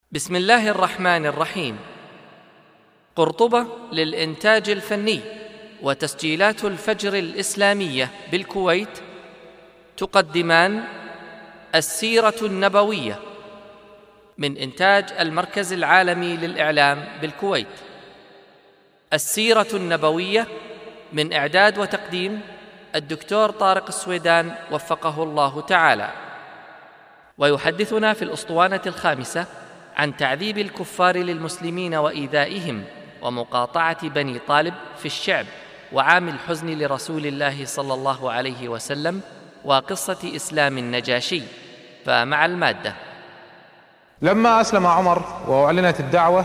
بسم الله الرحمن الرحيم. قرطبة للإنتاج الفني وتسجيلات الفجر الإسلامية بالكويت تقدمان السيرة النبوية من إنتاج المركز العالمي للإعلام بالكويت. السيرة النبوية من إعداد وتقديم الدكتور طارق السويدان وفقه الله تعالى. ويحدثنا في الأسطوانة الخامسة عن تعذيب الكفار للمسلمين وإيذائهم ومقاطعة بني طالب في الشعب وعام الحزن لرسول الله صلى الله عليه وسلم وقصة إسلام النجاشي. فمع المادة. لما أسلم عمر وأعلنت الدعوة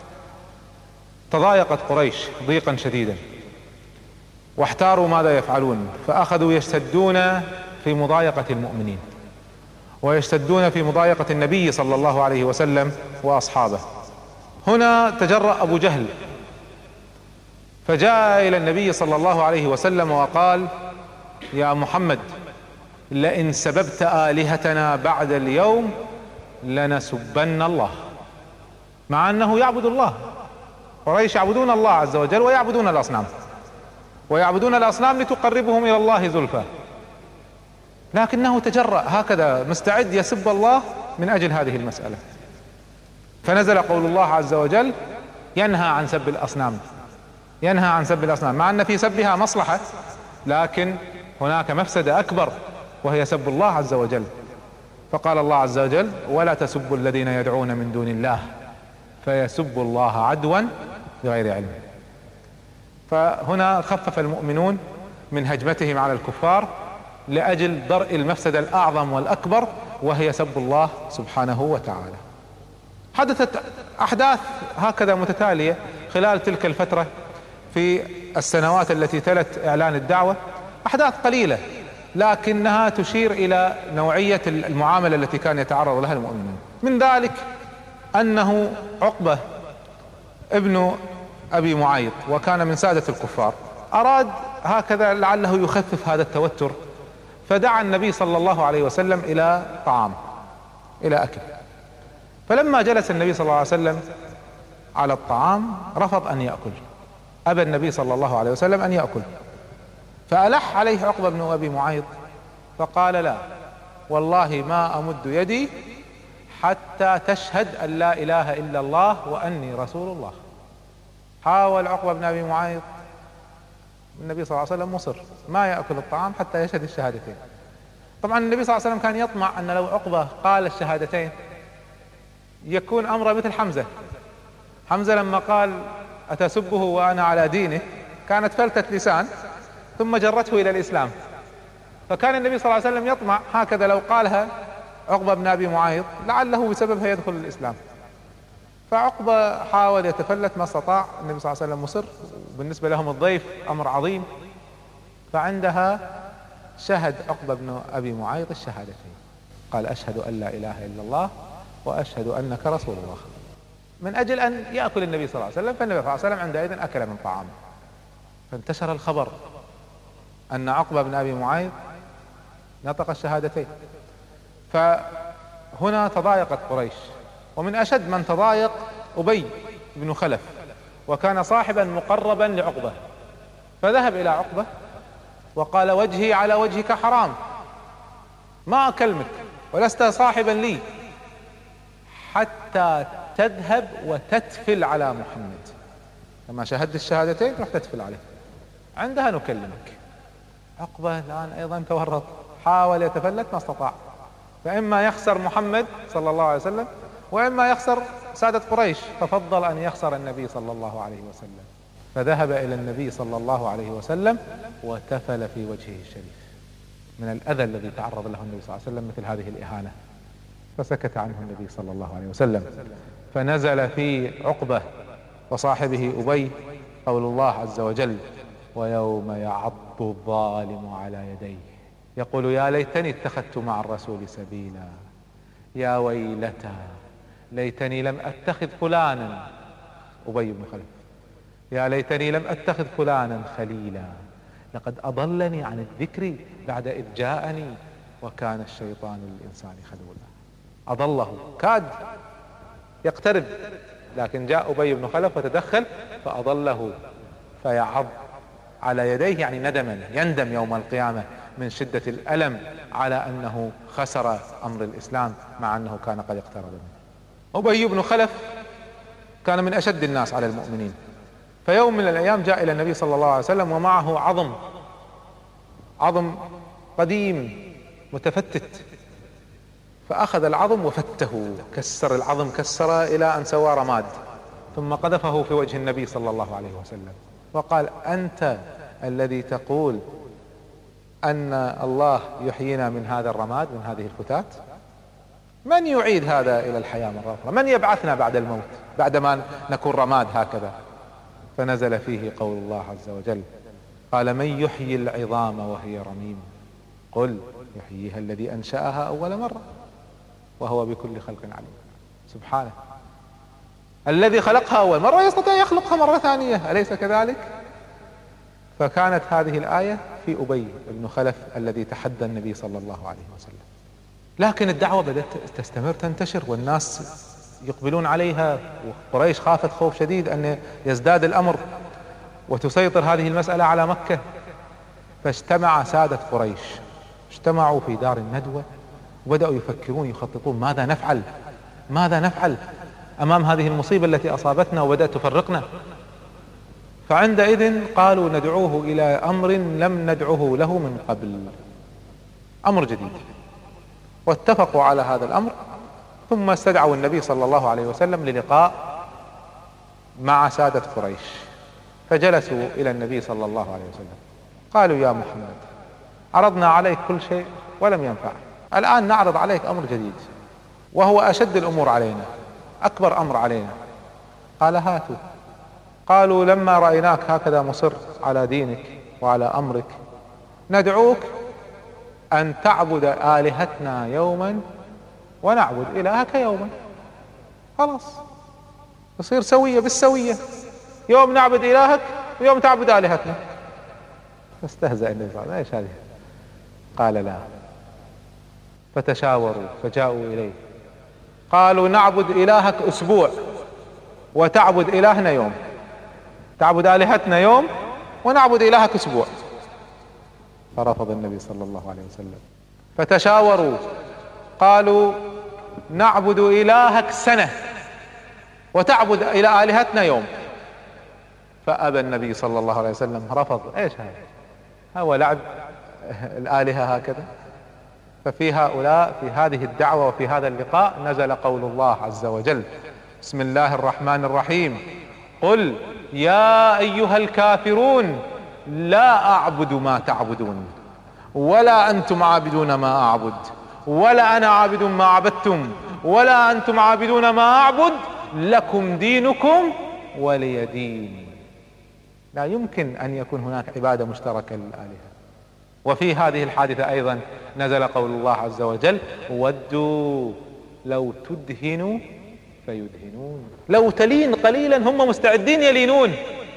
تضايقت قريش ضيقا شديدا واحتاروا ماذا يفعلون، فأخذوا يشتدون في مضايقة المؤمنين ويشتدون في مضايقة النبي صلى الله عليه وسلم وأصحابه. هنا تجرأ أبو جهل فجاء إلى النبي صلى الله عليه وسلم وقال: يا محمد، لئن سببت آلهتنا بعد اليوم لنسبن الله. مع أنه يعبد الله، قريش يعبدون الله عز وجل ويعبدون الأصنام، ويعبدون الأصنام لتقربهم إلى الله زلفى، لكنه تجرأ هكذا مستعد يسب الله من أجل هذه المسألة. فنزل قول الله عز وجل ينهى عن سب الأصنام، ينهى عن سب الأصنام، مع أن في سبها مصلحة، لكن هناك مفسدة أكبر وهي سب الله عز وجل. فقال الله عز وجل: ولا تسبوا الذين يدعون من دون الله فيسبوا الله عدوا بغير علم. فهنا خفف المؤمنون من هجمتهم على الكفار لأجل درء المفسدة الأعظم والأكبر وهي سب الله سبحانه وتعالى. حدثت أحداث هكذا متتالية خلال تلك الفترة في السنوات التي تلت إعلان الدعوة، أحداث قليلة لكنها تشير إلى نوعية المعاملة التي كان يتعرض لها المؤمنون. من ذلك أنه عقبة ابن أبي معيط، وكان من سادة الكفار، أراد هكذا لعله يخفف هذا التوتر، فدعا النبي صلى الله عليه وسلم إلى طعام، إلى أكل. فلما جلس النبي صلى الله عليه وسلم على الطعام رفض أن يأكل، أبى النبي صلى الله عليه وسلم أن يأكل، فألح عليه عقبة بن أبي معيط فقال: لا والله ما أمد يدي حتى تشهد أن لا إله إلا الله وأني رسول الله. حاول عقبة بن أبي معيط، النبي صلى الله عليه وسلم مصر ما يأكل الطعام حتى يشهد الشهادتين. طبعا النبي صلى الله عليه وسلم كان يطمع أن لو عقبة قال الشهادتين يكون أمره مثل حمزة. حمزة لما قال أتسبه وأنا على دينه كانت فلتة لسان ثم جرته إلى الإسلام، فكان النبي صلى الله عليه وسلم يطمع هكذا لو قالها عقبة بن أبي معيط لعله بسببها يدخل الإسلام. فعقبة حاول يتفلت ما استطاع، النبي صلى الله عليه وسلم مصر، بالنسبة لهم الضيف أمر عظيم. فعندها شهد عقبة بن أبي معيط الشهادتين، قال: أشهد أن لا إله إلا الله وأشهد أنك رسول الله، من أجل أن يأكل النبي صلى الله عليه وسلم. فالنبي صلى الله عليه وسلم عندئذ أكل من طعامه، فانتشر الخبر أن عقبة بن أبي معيط نطق الشهادتين. فهنا تضايقت قريش، ومن أشد من تضايق أبي بن خلف، وكان صاحبا مقربا لعقبة، فذهب إلى عقبة وقال: وجهي على وجهك حرام، ما أكلمك ولست صاحبا لي حتى تذهب وتتفل على محمد. لما شهدت الشهادتين رح تتفل عليه، عندها نكلمك. عقبة الآن أيضا تورط، حاول يتفلت ما استطاع، فإما يخسر محمد صلى الله عليه وسلم وإما يخسر سادة قريش، ففضل أن يخسر النبي صلى الله عليه وسلم. فذهب إلى النبي صلى الله عليه وسلم وتفل في وجهه الشريف من الأذى الذي تعرض له النبي صلى الله عليه وسلم مثل هذه الإهانة، فسكت عنه النبي صلى الله عليه وسلم. فنزل في عقبة وصاحبه أبي قول الله عز وجل: ويوم يعض الظالم على يديه يقول يا ليتني اتخذت مع الرسول سبيلا، يا ويلتى ليتني لم اتخذ فلانا، أبي بن خلف، يا ليتني لم اتخذ فلانا خليلا لقد أضلني عن الذكر بعد إذ جاءني وكان الشيطان للإنسان خذولا. أضله، كاد يقترب، لكن جاء أبي بن خلف وتدخل فأضله فيعض على يديه، يعني ندما، يندم يوم القيامة من شدة الألم على أنه خسر أمر الإسلام مع أنه كان قد اقترب منه. أبي بن خلف كان من أشد الناس على المؤمنين، فيوم من الأيام جاء إلى النبي صلى الله عليه وسلم ومعه عظم قديم متفتت، فأخذ العظم وفته، كسر العظم كسره إلى أن سوى رماد، ثم قذفه في وجه النبي صلى الله عليه وسلم وقال: أنت الذي تقول أن الله يحيينا من هذا الرماد، من هذه الفتات؟ من يعيد هذا إلى الحياة مرة أخرى؟ من يبعثنا بعد الموت بعدما نكون رماد هكذا؟ فنزل فيه قول الله عز وجل: قال: من يحيي العظام وهي رميم قل يحييها الذي أنشأها أول مرة وهو بكل خلق عليم. سبحانه، الذي خلقها أول مرة يستطيع يخلقها مرة ثانية، أليس كذلك؟ فكانت هذه الآية في أبي بن خلف الذي تحدى النبي صلى الله عليه وسلم. لكن الدعوة بدأت تستمر، تنتشر، والناس يقبلون عليها، وقريش خافت خوف شديد أن يزداد الأمر وتسيطر هذه المسألة على مكة. فاجتمع سادة قريش، اجتمعوا في دار الندوة وبدأوا يفكرون يخططون ماذا نفعل أمام هذه المصيبة التي أصابتنا وبدأت تفرقنا. فعندئذ قالوا: ندعوه إلى أمر لم ندعوه له من قبل، أمر جديد. واتفقوا على هذا الأمر، ثم استدعوا النبي صلى الله عليه وسلم للقاء مع سادة قريش، فجلسوا إلى النبي صلى الله عليه وسلم. قالوا: يا محمد، عرضنا عليك كل شيء ولم ينفع، الآن نعرض عليك أمر جديد وهو أشد الأمور علينا، أكبر أمر علينا. قال: هاتوا. قالوا: لما رأيناك هكذا مصر على دينك وعلى أمرك، ندعوك أن تعبد آلهتنا يوما ونعبد إلهك يوما. خلاص، يصير سوية بالسوية، يوم نعبد إلهك ويوم تعبد آلهتنا. فاستهزأ النبي صلى الله عليه وسلم: ايش هذه؟ قال: لا. فتشاوروا فجاءوا إليه قالوا: نعبد إلهك أسبوع وتعبد إلهنا يوم، تعبد آلهتنا يوم ونعبد إلهك أسبوع. فرفض النبي صلى الله عليه وسلم. فتشاوروا قالوا: نعبد إلهك سنة وتعبد إلى آلهتنا يوم. فأبى النبي صلى الله عليه وسلم، رفض. ايش هذا؟ هو لعب الآلهة هكذا؟ ففي هؤلاء، في هذه الدعوة وفي هذا اللقاء، نزل قول الله عز وجل: بسم الله الرحمن الرحيم: قل يا أيها الكافرون لا أعبد ما تعبدون ولا أنتم عابدون ما أعبد ولا أنا عابد ما عبدتم ولا أنتم عابدون ما أعبد لكم دينكم ولي دين. لا يمكن أن يكون هناك عبادة مشتركة للآلهة. وفي هذه الحادثة أيضا نزل قول الله عز وجل: ودوا لو تدهنوا فيدهنون. لو تلين قليلا هم مستعدين يلينون.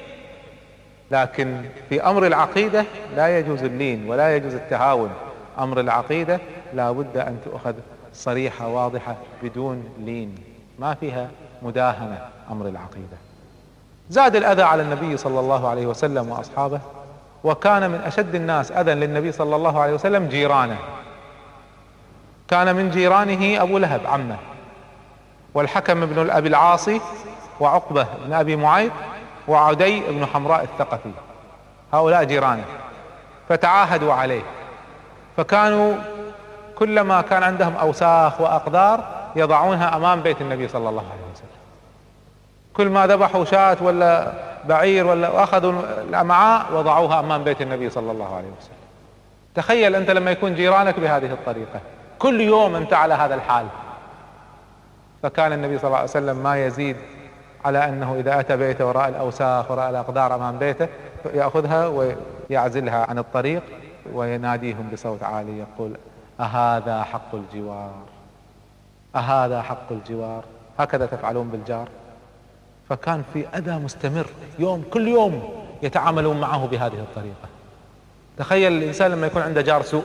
لكن في أمر العقيدة لا يجوز اللين ولا يجوز التهاون. أمر العقيدة لا بد أن تؤخذ صريحة واضحة بدون لين، ما فيها مداهنة. أمر العقيدة زاد الأذى على النبي صلى الله عليه وسلم وأصحابه، وكان من أشد الناس أذى للنبي صلى الله عليه وسلم جيرانه. كان من جيرانه أبو لهب عمه، والحكم بن أبي العاص، وعقبة بن أبي معيط، وعدي بن حمراء الثقفي. هؤلاء جيرانه، فتعاهدوا عليه، فكانوا كلما كان عندهم أوساخ وأقدار يضعونها أمام بيت النبي صلى الله عليه وسلم. كل ما ذبحوا شاة ولا بعير ولا أخذوا الأمعاء وضعوها أمام بيت النبي صلى الله عليه وسلم. تخيل أنت لما يكون جيرانك بهذه الطريقة كل يوم أنت على هذا الحال. فكان النبي صلى الله عليه وسلم ما يزيد على أنه إذا أتى بيته وراء الأوساخ وراء الأقدار أمام بيته يأخذها ويعزلها عن الطريق ويناديهم بصوت عالي يقول: أهذا حق الجوار؟ أهذا حق الجوار؟ هكذا تفعلون بالجار؟ فكان في أذى مستمر، يوم كل يوم يتعاملون معه بهذه الطريقة. تخيل الإنسان لما يكون عنده جار سوء،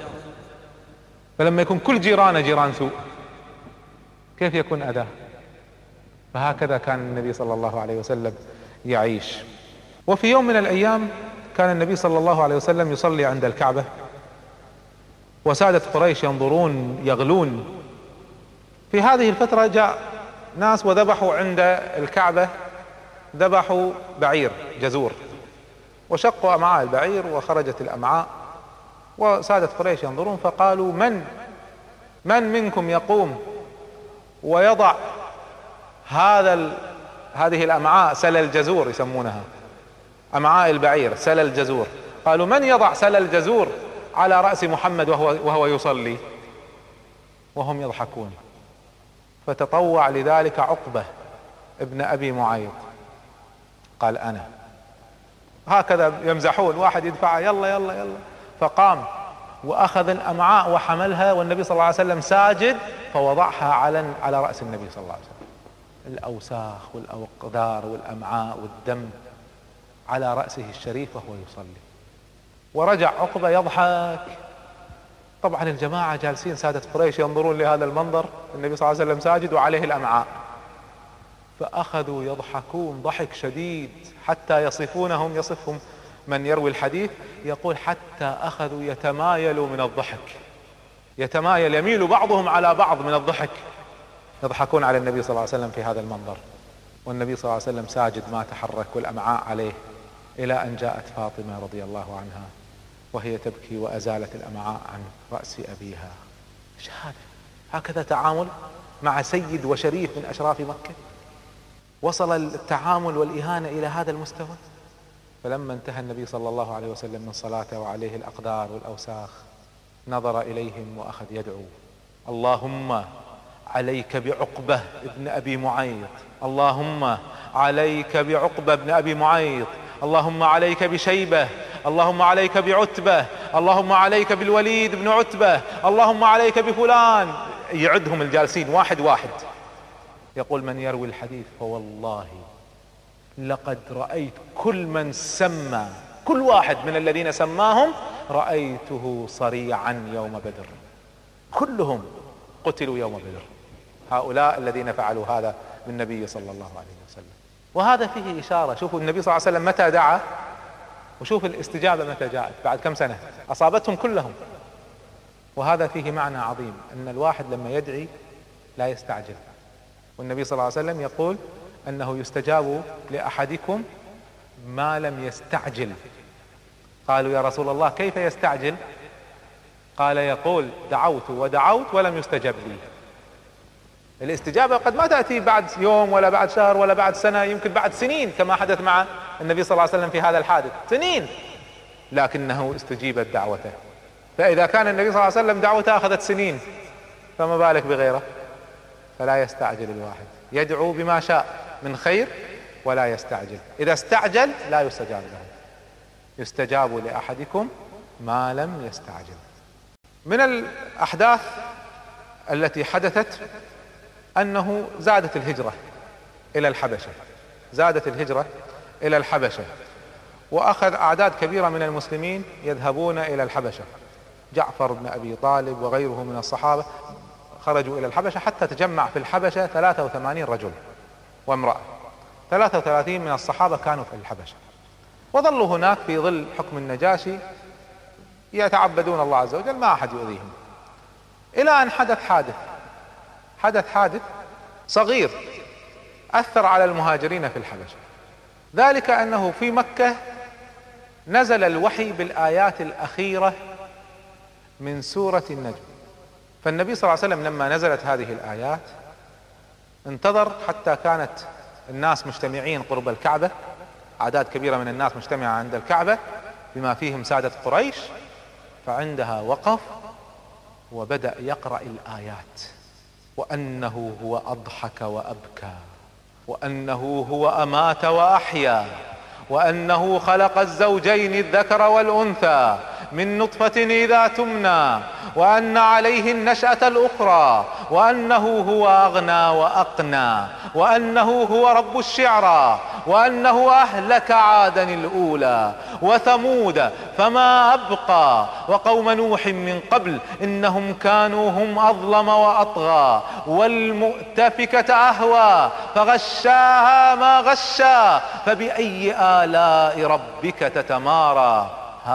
فلما يكون كل جيرانه جيران سوء كيف يكون أذاه؟ فهكذا كان النبي صلى الله عليه وسلم يعيش. وفي يوم من الأيام كان النبي صلى الله عليه وسلم يصلي عند الكعبة، وسادة قريش ينظرون يغلون. في هذه الفترة جاء ناس وذبحوا عند الكعبة، ذبحوا بعير جزور وشقوا أمعاء البعير وخرجت الأمعاء، وسادة قريش ينظرون فقالوا: من منكم يقوم ويضع هذه الأمعاء، سل الجزور يسمونها، أمعاء البعير سل الجزور، قالوا: من يضع سل الجزور على رأس محمد وهو يصلي؟ وهم يضحكون. فتطوع لذلك عقبة ابن أبي معيط، قال: أنا. هكذا يمزحون، واحد يدفع يلا يلا يلا، فقام وأخذ الأمعاء وحملها والنبي صلى الله عليه وسلم ساجد، فوضعها على رأس النبي صلى الله عليه وسلم. الأوساخ والأقدار والأمعاء والدم على رأسه الشريف وهو يصلي. ورجع عقبة يضحك. طبعا الجماعة جالسين سادة قريش ينظرون لهذا المنظر، النبي صلى الله عليه وسلم ساجد وعليه الأمعاء، فأخذوا يضحكون ضحك شديد حتى يصفهم من يروي الحديث يقول: حتى أخذوا يتمايلوا من الضحك، يميل بعضهم على بعض من الضحك، يضحكون على النبي صلى الله عليه وسلم في هذا المنظر. والنبي صلى الله عليه وسلم ساجد ما تحرك والأمعاء عليه، إلى أن جاءت فاطمة رضي الله عنها وهي تبكي وأزالت الأمعاء عن رأس أبيها. ايش هذا؟ هكذا تعامل مع سيد وشريف من أشراف مكة؟ وصل التعامل والإهانة إلى هذا المستوى. فلما انتهى النبي صلى الله عليه وسلم من صلاته وعليه الأقدار والأوساخ، نظر إليهم وأخذ يدعو: اللهم عليك بعقبة ابن أبي معيط، اللهم عليك بعقبة ابن أبي معيط، اللهم عليك بشيبة، اللهم عليك بعتبة، اللهم عليك بالوليد بن عتبة، اللهم عليك بفلان. يعدهم الجالسين واحد واحد. يقول من يروي الحديث: فوالله لقد رأيت كل واحد من الذين سماهم رأيته صريعا يوم بدر، كلهم قتلوا يوم بدر، هؤلاء الذين فعلوا هذا بالنبي صلى الله عليه وسلم. وهذا فيه إشارة. شوفوا النبي صلى الله عليه وسلم متى دعا، وشوف الاستجابة متى جاءت، بعد كم سنة أصابتهم كلهم. وهذا فيه معنى عظيم، أن الواحد لما يدعي لا يستعجل. والنبي صلى الله عليه وسلم يقول أنه يستجاب لأحدكم ما لم يستعجل. قالوا: يا رسول الله كيف يستعجل؟ قال: يقول: دعوت ودعوت ولم يستجب لي. الاستجابة قد ما تأتي بعد يوم ولا بعد شهر ولا بعد سنة، يمكن بعد سنين، كما حدث مع النبي صلى الله عليه وسلم في هذا الحادث، سنين، لكنه استجيبت دعوته. فإذا كان النبي صلى الله عليه وسلم دعوته أخذت سنين، فما بالك بغيره؟ فلا يستعجل الواحد، يدعو بما شاء من خير ولا يستعجل. إذا استعجل لا يستجاب له. يستجاب لأحدكم ما لم يستعجل. من الأحداث التي حدثت أنه زادت الهجرة إلى الحبشة، وأخذ أعداد كبيرة من المسلمين يذهبون إلى الحبشة. جعفر بن أبي طالب وغيره من الصحابة خرجوا إلى الحبشة، حتى تجمع في الحبشة 83 رجل وامرأة. 33 من الصحابة كانوا في الحبشة، وظلوا هناك في ظل حكم النجاشي يتعبدون الله عز وجل، ما أحد يؤذيهم، إلى أن حدث حادث صغير أثر على المهاجرين في الحبشة. ذلك أنه في مكة نزل الوحي بالآيات الأخيرة من سورة النجم. فالنبي صلى الله عليه وسلم لما نزلت هذه الآيات انتظر حتى كانت الناس مجتمعين قرب الكعبة، أعداد كبيرة من الناس مجتمعة عند الكعبة بما فيهم سادة قريش، فعندها وقف وبدأ يقرأ الآيات: وأنه هو أضحك وأبكى، وأنه هو أمات وأحيا، وأنه خلق الزوجين الذكر والأنثى من نطفة إذا تمنى، وأن عليه النشأة الأخرى، وأنه هو أغنى وأقنى، وأنه هو رب الشعرى، وأنه أهلك عادا الأولى وثمود فما أبقى، وقوم نوح من قبل إنهم كانوا هم أظلم وأطغى، والمؤتفكة أهوى فغشاها ما غشا فبأي آلاء ربك تتمارى.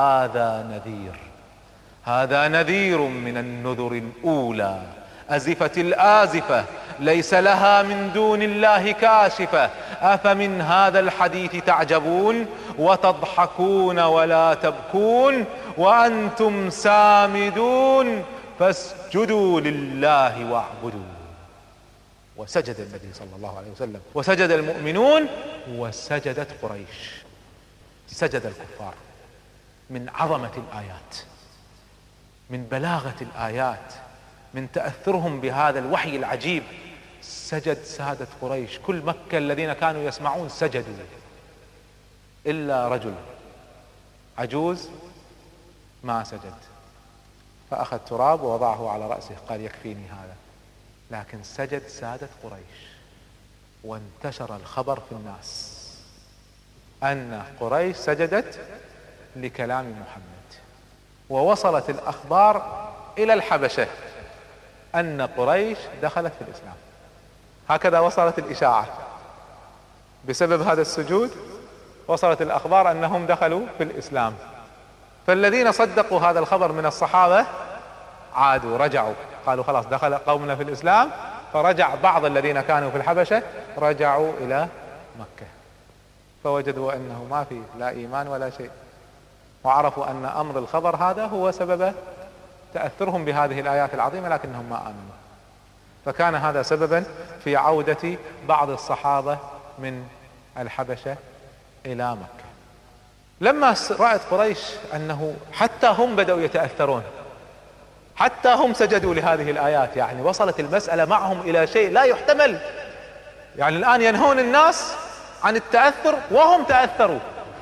هذا نذير من النذر الأولى. أزفت الآزفة ليس لها من دون الله كاشفة. أفمن هذا الحديث تعجبون وتضحكون ولا تبكون وأنتم سامدون فاسجدوا لله واعبدوا. وسجد النبي صلى الله عليه وسلم وسجد المؤمنون وسجدت قريش. سجد الكفار من عظمة الآيات، من بلاغة الآيات، من تأثرهم بهذا الوحي العجيب. سجد سادة قريش، كل مكة الذين كانوا يسمعون سجدوا، إلا رجل عجوز ما سجد، فأخذ تراب ووضعه على رأسه قال يكفيني هذا. لكن سجد سادة قريش، وانتشر الخبر في الناس أن قريش سجدت لكلام محمد، ووصلت الأخبار إلى الحبشة أن قريش دخلت في الإسلام. هكذا وصلت الإشاعة بسبب هذا السجود، وصلت الأخبار أنهم دخلوا في الإسلام. فالذين صدقوا هذا الخبر من الصحابة عادوا، رجعوا، قالوا خلاص دخل قومنا في الإسلام. فرجع بعض الذين كانوا في الحبشة، رجعوا إلى مكة فوجدوا أنه ما في لا إيمان ولا شيء، وعرفوا أن أمر الخبر هذا هو سبب تأثرهم بهذه الآيات العظيمة، لكنهم ما آمنوا. فكان هذا سببا في عودة بعض الصحابة من الحبشة إلى مكة. لما رأت قريش أنه حتى هم بدأوا يتأثرون، حتى هم سجدوا لهذه الآيات، يعني وصلت المسألة معهم إلى شيء لا يحتمل. يعني الآن ينهون الناس عن التأثر وهم تأثروا.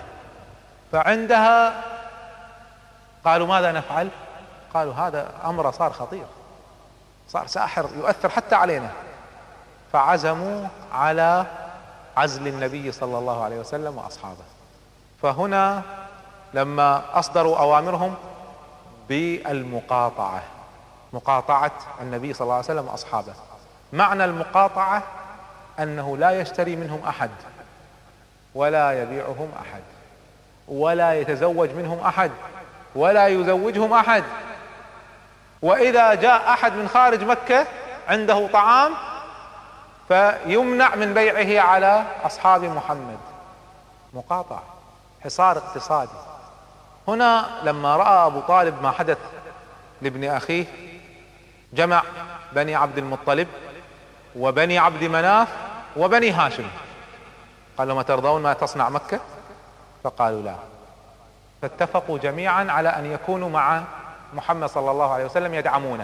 فعندها قالوا ماذا نفعل؟ قالوا هذا أمر صار خطير، صار ساحر يؤثر حتى علينا. فعزموا على عزل النبي صلى الله عليه وسلم وأصحابه. فهنا لما أصدروا أوامرهم بالمقاطعة، مقاطعة النبي صلى الله عليه وسلم وأصحابه. معنى المقاطعة أنه لا يشتري منهم أحد، ولا يبيعهم أحد، ولا يتزوج منهم أحد، ولا يزوجهم أحد. وإذا جاء أحد من خارج مكة عنده طعام فيمنع من بيعه على أصحاب محمد. مقاطعة، حصار اقتصادي. هنا لما رأى أبو طالب ما حدث لابن أخيه، جمع بني عبد المطلب وبني عبد مناف وبني هاشم، قال لهم أترضون ما تصنع مكة؟ فقالوا لا. فاتفقوا جميعا على أن يكونوا مع محمد صلى الله عليه وسلم، يدعمون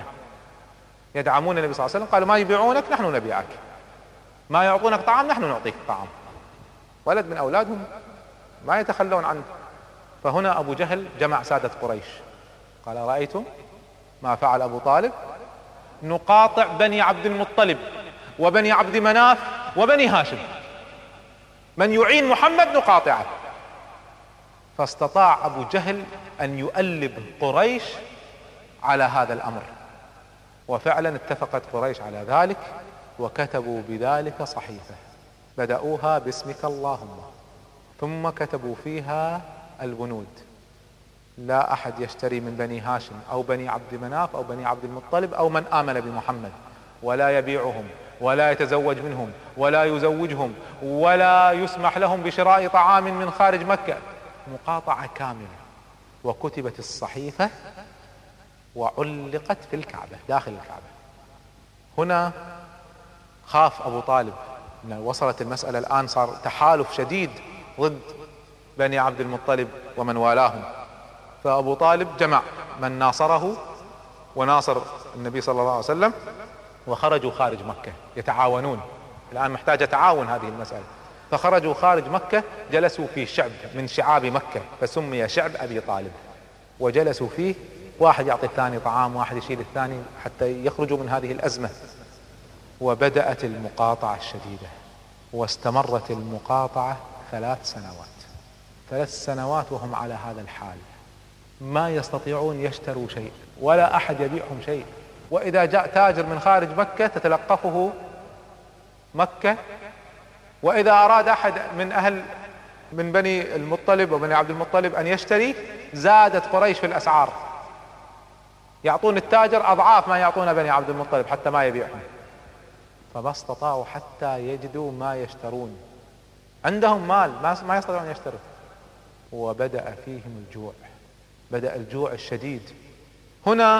النبي صلى الله عليه وسلم. قالوا ما يبيعونك نحن نبيعك، ما يعطونك طعام نحن نعطيك طعام. ولد من أولادهم ما يتخلون عنه. فهنا أبو جهل جمع سادة قريش، قال رأيتم ما فعل أبو طالب؟ نقاطع بني عبد المطلب وبني عبد مناف وبني هاشم، من يعين محمد نقاطعه. فاستطاع أبو جهل أن يؤلب قريش على هذا الأمر، وفعلا اتفقت قريش على ذلك، وكتبوا بذلك صحيفة بدأوها باسمك اللهم، ثم كتبوا فيها البنود: لا أحد يشتري من بني هاشم أو بني عبد مناف أو بني عبد المطلب أو من آمن بمحمد، ولا يبيعهم ولا يتزوج منهم ولا يزوجهم ولا يسمح لهم بشراء طعام من خارج مكة. مقاطعة كاملة. وكتبت الصحيفة وعلقت في الكعبة، داخل الكعبة. هنا خاف أبو طالب أن وصلت المسألة الآن صار تحالف شديد ضد بني عبد المطلب ومن والاهم. فأبو طالب جمع من ناصره وناصر النبي صلى الله عليه وسلم، وخرجوا خارج مكة يتعاونون. الآن محتاجة تعاون هذه المسألة. فخرجوا خارج مكة، جلسوا في شعب من شعاب مكة فسمي شعب أبي طالب، وجلسوا فيه، واحد يعطي الثاني طعام، واحد يشيل الثاني حتى يخرجوا من هذه الأزمة. وبدأت المقاطعة الشديدة، واستمرت المقاطعة 3 سنوات. 3 سنوات وهم على هذا الحال، ما يستطيعون يشتروا شيء ولا أحد يبيعهم شيء. وإذا جاء تاجر من خارج مكة تتلقفه مكة، وإذا أراد أحد من بني المطلب وبني عبد المطلب أن يشتري زادت قريش في الأسعار، يعطون التاجر أضعاف ما يعطون بني عبد المطلب حتى ما يبيعهم، فما استطاعوا حتى يجدوا ما يشترون، عندهم مال ما يستطيعون يشتروا، وبدأ فيهم الجوع، بدأ الجوع الشديد. هنا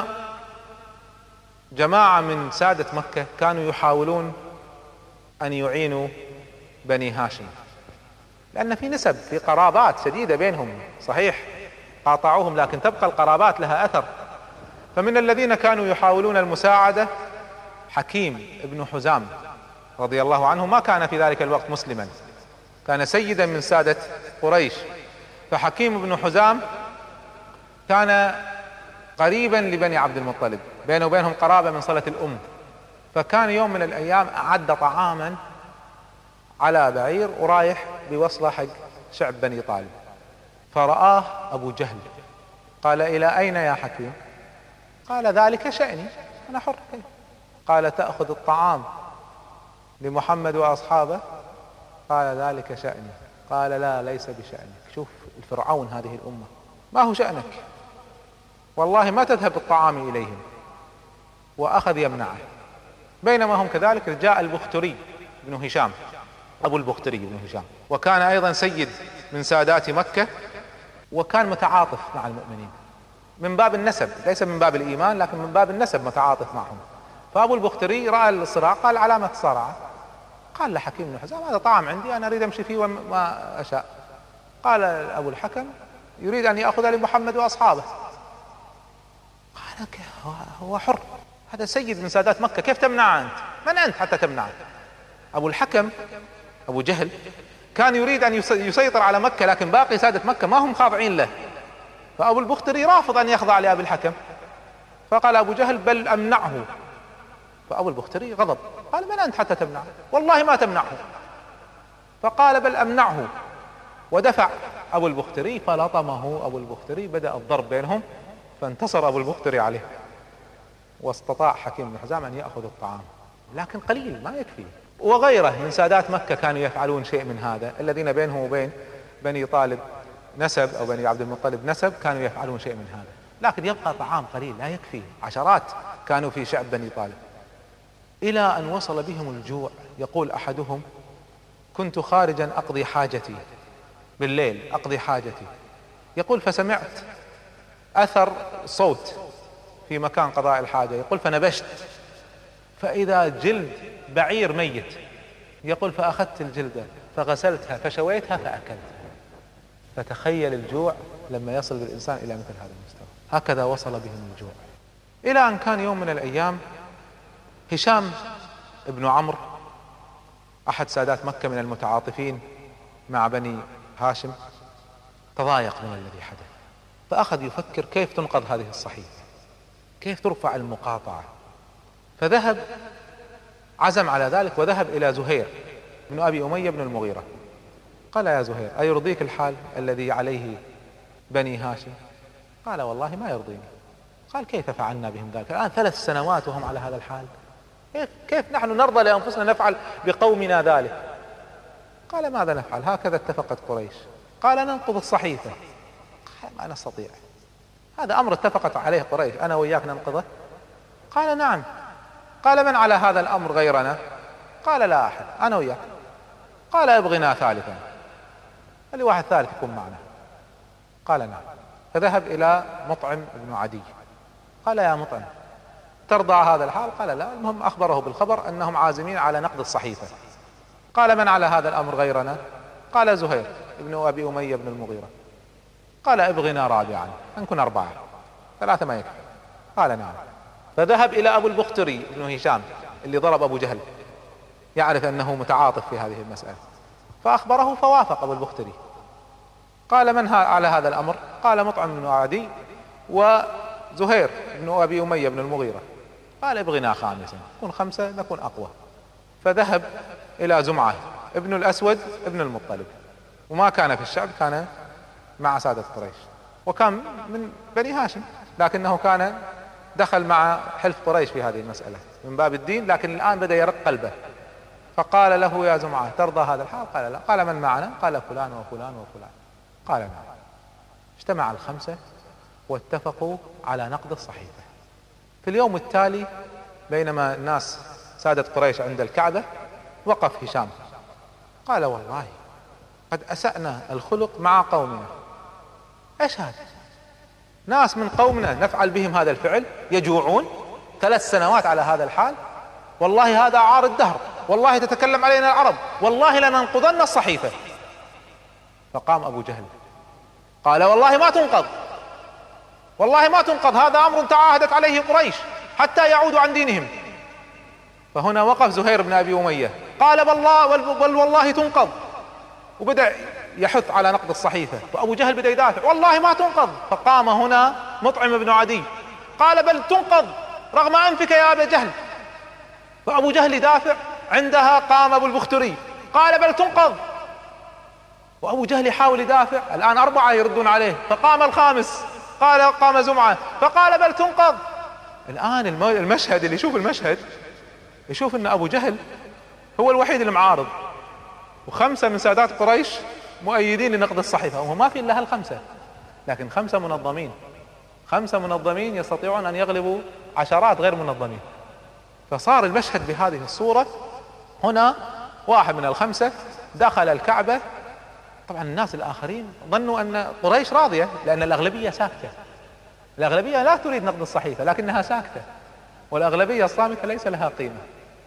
جماعة من سادة مكة كانوا يحاولون أن يعينوا بني هاشم، لأن في نسب، في قرابات شديدة بينهم، صحيح قاطعوهم لكن تبقى القرابات لها أثر. فمن الذين كانوا يحاولون المساعدة حكيم ابن حزام رضي الله عنه، ما كان في ذلك الوقت مسلما، كان سيدا من سادة قريش. فحكيم ابن حزام كان قريبا لبني عبد المطلب، بينه وبينهم قرابة من صلة الأم، فكان يوم من الأيام أعد طعاما على بعير ورايح بوصلة حق شعب بني طالب، فرآه أبو جهل، قال: إلى أين يا حكيم؟ قال: ذلك شأني، أنا حر. قال: تأخذ الطعام لمحمد وأصحابه؟ قال: ذلك شأني. قال: لا، ليس بشأنك. شوف الفرعون هذه الأمة، ما هو شأنك؟ والله ما تذهب الطعام إليهم. وأخذ يمنعه. بينما هم كذلك جاء البختري بن هشام، أبو البختري بن هشام، وكان أيضا سيد من سادات مكة، وكان متعاطف مع المؤمنين من باب النسب، ليس من باب الإيمان لكن من باب النسب متعاطف معهم. فأبو البختري رأى الصراع، قال: علامة الصراع؟ قال لحكيم بن حزام: هذا طعام عندي أنا أريد أمشي فيه وما أشاء. قال أبو الحكم: يريد أن يأخذ لمحمد وأصحابه. قال: هو حر، هذا سيد من سادات مكة، كيف تمنع أنت؟ من أنت حتى تمنع؟ أبو الحكم أبو جهل كان يريد أن يسيطر على مكة، لكن باقي سادة مكة ما هم خاضعين له، فأبو البختري رافض أن يخضع لأبي الحكم. فقال أبو جهل: بل أمنعه. فأبو البختري غضب، قال: من أنت حتى تمنعه؟ والله ما تمنعه. فقال: بل أمنعه. ودفع أبو البختري فلطمه أبو البختري، بدأ الضرب بينهم، فانتصر أبو البختري عليه، واستطاع حكيم بن حزام أن يأخذ الطعام، لكن قليل ما يكفي. وغيره من سادات مكة كانوا يفعلون شيء من هذا، الذين بينهم وبين بني طالب نسب أو بني عبد المطلب نسب كانوا يفعلون شيء من هذا، لكن يبقى طعام قليل لا يكفي. عشرات كانوا في شعب بني طالب، إلى أن وصل بهم الجوع. يقول أحدهم: كنت خارجا أقضي حاجتي بالليل، أقضي حاجتي، يقول فسمعت أثر صوت في مكان قضاء الحاجة، يقول فنبشت فإذا جلد بعير ميت، يقول فأخذت الجلدة فغسلتها فشويتها فأكلت. فتخيل الجوع لما يصل بالإنسان إلى مثل هذا المستوى. هكذا وصل بهم الجوع، إلى أن كان يوم من الأيام هشام ابن عمرو أحد سادات مكة من المتعاطفين مع بني هاشم تضايق من الذي حدث، فأخذ يفكر كيف تنقض هذه الصحيفة، كيف ترفع المقاطعة. فذهب، عزم على ذلك، وذهب إلى زهير بن أبي أمية بن المغيرة، قال: يا زهير، أيرضيك الحال الذي عليه بني هاشم؟ قال: والله ما يرضيني. قال: كيف فعلنا بهم ذلك؟ الآن 3 سنوات وهم على هذا الحال، كيف نحن نرضى لأنفسنا نفعل بقومنا ذلك؟ قال: ماذا نفعل؟ هكذا اتفقت قريش. قال: ننقض الصحيفة. قال: ما نستطيع، هذا أمر اتفقت عليه قريش، أنا وإياك ننقضه؟ قال: نعم. قال: من على هذا الأمر غيرنا؟ قال: لا أحد، أنا وإياك. قال: ابغنا ثالثا، قال لي واحد ثالث يكون معنا. قال: نعم. فذهب إلى مطعم بن عدي، قال: يا مطعم، ترضى هذا الحال؟ قال: لا. المهم أخبره بالخبر أنهم عازمين على نقض الصحيفة. قال: من على هذا الأمر غيرنا؟ قال: زهير ابن أبي أمية بن المغيرة. قال: ابغنا رابعا، نكون 4، 3 ما يكفي. قال: نعم. فذهب إلى أبو البختري بن هشام اللي ضرب أبو جهل، يعرف أنه متعاطف في هذه المسألة، فأخبره فوافق أبو البختري. قال: من على هذا الأمر؟ قال: مطعم بن عدي وزهير بن أبي أمية بن المغيرة. قال: ابغنا 5، نكون 5 نكون أقوى. فذهب إلى زمعة ابن الأسود ابن المطلب، وما كان في الشعب، كان مع سادة قريش، وكان من بني هاشم، لكنه كان دخل مع حلف قريش في هذه المسألة من باب الدين، لكن الآن بدأ يرق قلبه، فقال له: يا زمعة ترضى هذا الحال؟ قال: لا. قال: من معنا؟ قال: فلان وفلان وفلان. قال: نعم. اجتمع الخمسة واتفقوا على نقد الصحيفة. في اليوم التالي بينما الناس سادة قريش عند الكعبة، وقف هشام قال: والله قد أسأنا الخلق مع قومنا. ايش هذا؟ ناس من قومنا نفعل بهم هذا الفعل، يجوعون 3 سنوات على هذا الحال، والله هذا عار الدهر، والله تتكلم علينا العرب، والله لننقضن الصحيفة. فقام أبو جهل قال: والله ما تنقض، والله ما تنقض، هذا أمر تعاهدت عليه قريش حتى يعودوا عن دينهم. فهنا وقف زهير بن أبي أمية قال: بل والله تنقض، وبدأ يحث على نقض الصحيفة، وأبو جهل بدأ يدافع: والله ما تنقض. فقام هنا مطعم بن عدي قال: بل تنقض رغم أنفك يا أبا جهل. فأبو جهل يدافع، عندها قام أبو البختري قال: بل تنقض. وأبو جهل يحاول يدافع، الآن 4 يردون عليه، فقام الخامس قام زمعة فقال: بل تنقض. الآن المشهد، اللي يشوف المشهد يشوف أن أبو جهل هو الوحيد المعارض، و5 من سادات قريش مؤيدين لنقض الصحيفة، وهو ما في إلا هال5، لكن 5 منظمين، 5 منظمين يستطيعون أن يغلبوا عشرات غير منظمين. فصار المشهد بهذه الصورة. هنا واحد من ال5 دخل الكعبة. طبعا الناس الآخرين ظنوا أن قريش راضية، لأن الأغلبية ساكتة، الأغلبية لا تريد نقض الصحيفة لكنها ساكتة، والأغلبية الصامتة ليس لها قيمة.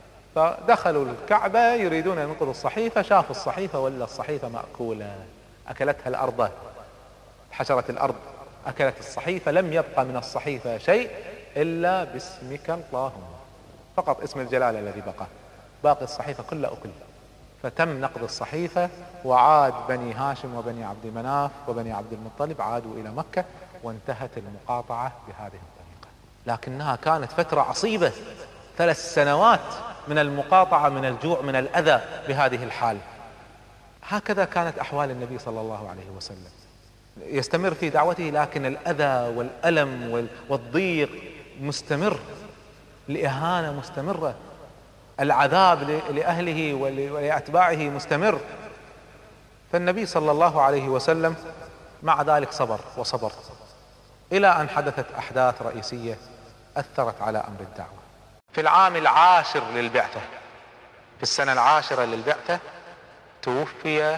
فدخلوا الكعبة يريدون أن ينقضوا الصحيفة، شافوا الصحيفة ولا الصحيفة مأكولة، أكلتها الأرض، حشرة الأرض أكلت الصحيفة، لم يبقى من الصحيفة شيء إلا باسمك اللهم، فقط اسم الجلالة الذي بقى، باقي الصحيفة كلها أكل. فتم نقض الصحيفة، وعاد بني هاشم وبني عبد مناف وبني عبد المطلب عادوا إلى مكة، وانتهت المقاطعة بهذه الطريقة. لكنها كانت فترة عصيبة، 3 سنوات من المقاطعة، من الجوع، من الأذى بهذه الحال. هكذا كانت أحوال النبي صلى الله عليه وسلم، يستمر في دعوته، لكن الأذى والألم والضيق مستمر، الإهانة مستمرة، العذاب لأهله ولأتباعه مستمر. فالنبي صلى الله عليه وسلم مع ذلك صبر وصبر، إلى أن حدثت أحداث رئيسية أثرت على أمر الدعوة. في العام 10 للبعثة، في السنة 10 للبعثة، توفي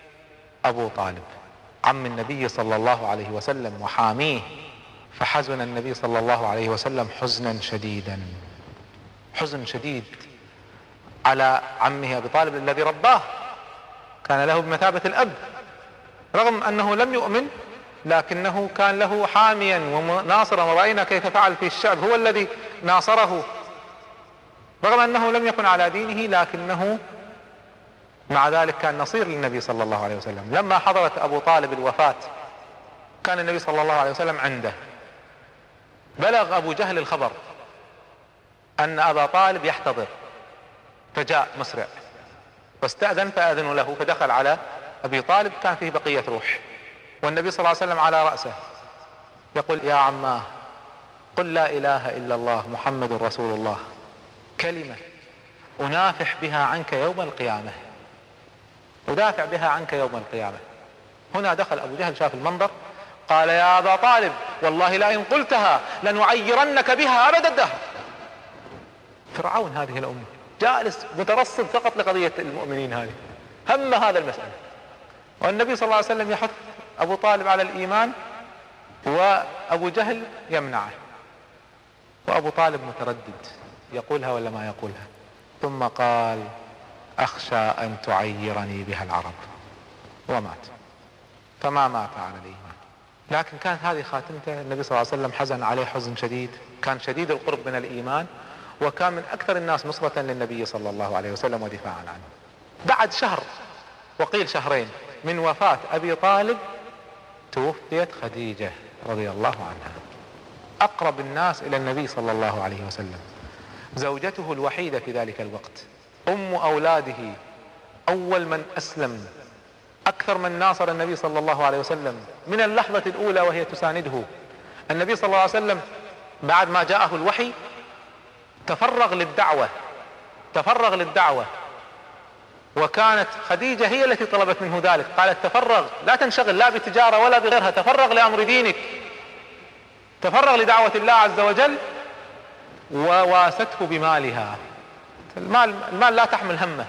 أبو طالب عم النبي صلى الله عليه وسلم وحاميه، فحزن النبي صلى الله عليه وسلم حزنا شديدا، حزن شديد على عمه أبي طالب الذي رباه، كان له بمثابة الأب، رغم أنه لم يؤمن لكنه كان له حاميا وناصرا، ورأينا كيف فعل في الشعب، هو الذي ناصره، رغم أنه لم يكن على دينه لكنه مع ذلك كان نصير للنبي صلى الله عليه وسلم. لما حضرت أبو طالب الوفاة كان النبي صلى الله عليه وسلم عنده، بلغ أبو جهل الخبر أن أبا طالب يحتضر، فجاء مسرع واستأذن فأذنوا له، فدخل على أبي طالب كان فيه بقية روح، والنبي صلى الله عليه وسلم على رأسه، يقول: يا عماه قل لا إله إلا الله محمد رسول الله، كلمة أنافح بها عنك يوم القيامة، أدافع بها عنك يوم القيامة. هنا دخل أبو جهل، شاف المنظر، قال: يا أبا طالب والله لئن قلتها لنعيرنك بها أبد الدهر. فرعون هذه الأمة جالس مترصد فقط لقضية المؤمنين، هذه هم هذا المسألة، والنبي صلى الله عليه وسلم يحث أبو طالب على الإيمان، وأبو جهل يمنعه، وأبو طالب متردد يقولها ولا ما يقولها، ثم قال: أخشى أن تعيرني بها العرب، ومات. فما مات على الإيمان، لكن كانت هذه خاتمته. النبي صلى الله عليه وسلم حزن عليه حزن شديد، كان شديد القرب من الإيمان، وكان من أكثر الناس نصرة للنبي صلى الله عليه وسلم ودفاعا عنه. بعد شهر وقيل شهرين من وفاة أبي طالب توفيت خديجة رضي الله عنها، أقرب الناس إلى النبي صلى الله عليه وسلم، زوجته الوحيدة في ذلك الوقت، أم أولاده، أول من أسلم، أكثر من ناصر النبي صلى الله عليه وسلم من اللحظة الأولى وهي تسانده. النبي صلى الله عليه وسلم بعد ما جاءه الوحي تفرغ للدعوة، وكانت خديجة هي التي طلبت منه ذلك، قالت تفرغ، لا تنشغل لا بتجارة ولا بغيرها، تفرغ لأمر دينك، تفرغ لدعوة الله عز وجل. وواسته بمالها، المال لا تحمل همه،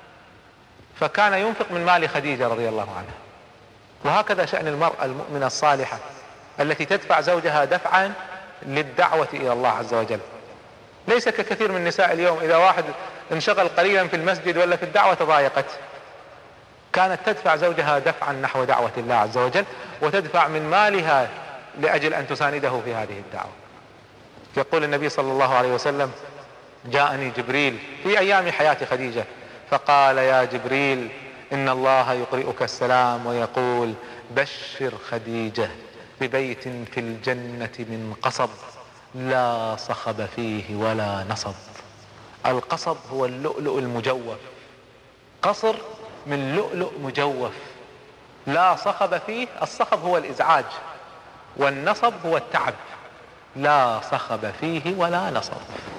فكان ينفق من مال خديجة رضي الله عنها. وهكذا شأن المرأة المؤمنة الصالحة التي تدفع زوجها دفعا للدعوة إلى الله عز وجل، ليس ككثير من النساء اليوم إذا واحد انشغل قليلا في المسجد ولا في الدعوة تضايقت. كانت تدفع زوجها دفعا نحو دعوة الله عز وجل، وتدفع من مالها لأجل أن تسانده في هذه الدعوة. يقول النبي صلى الله عليه وسلم: جاءني جبريل في أيام حياة خديجة فقال: يا جبريل إن الله يقرئك السلام ويقول: بشر خديجة ببيت في الجنة من قصب لا صخب فيه ولا نصب. القصب هو اللؤلؤ المجوف، قصر من لؤلؤ مجوف لا صخب فيه. الصخب هو الإزعاج، والنصب هو التعب. لا صخب فيه ولا نصب.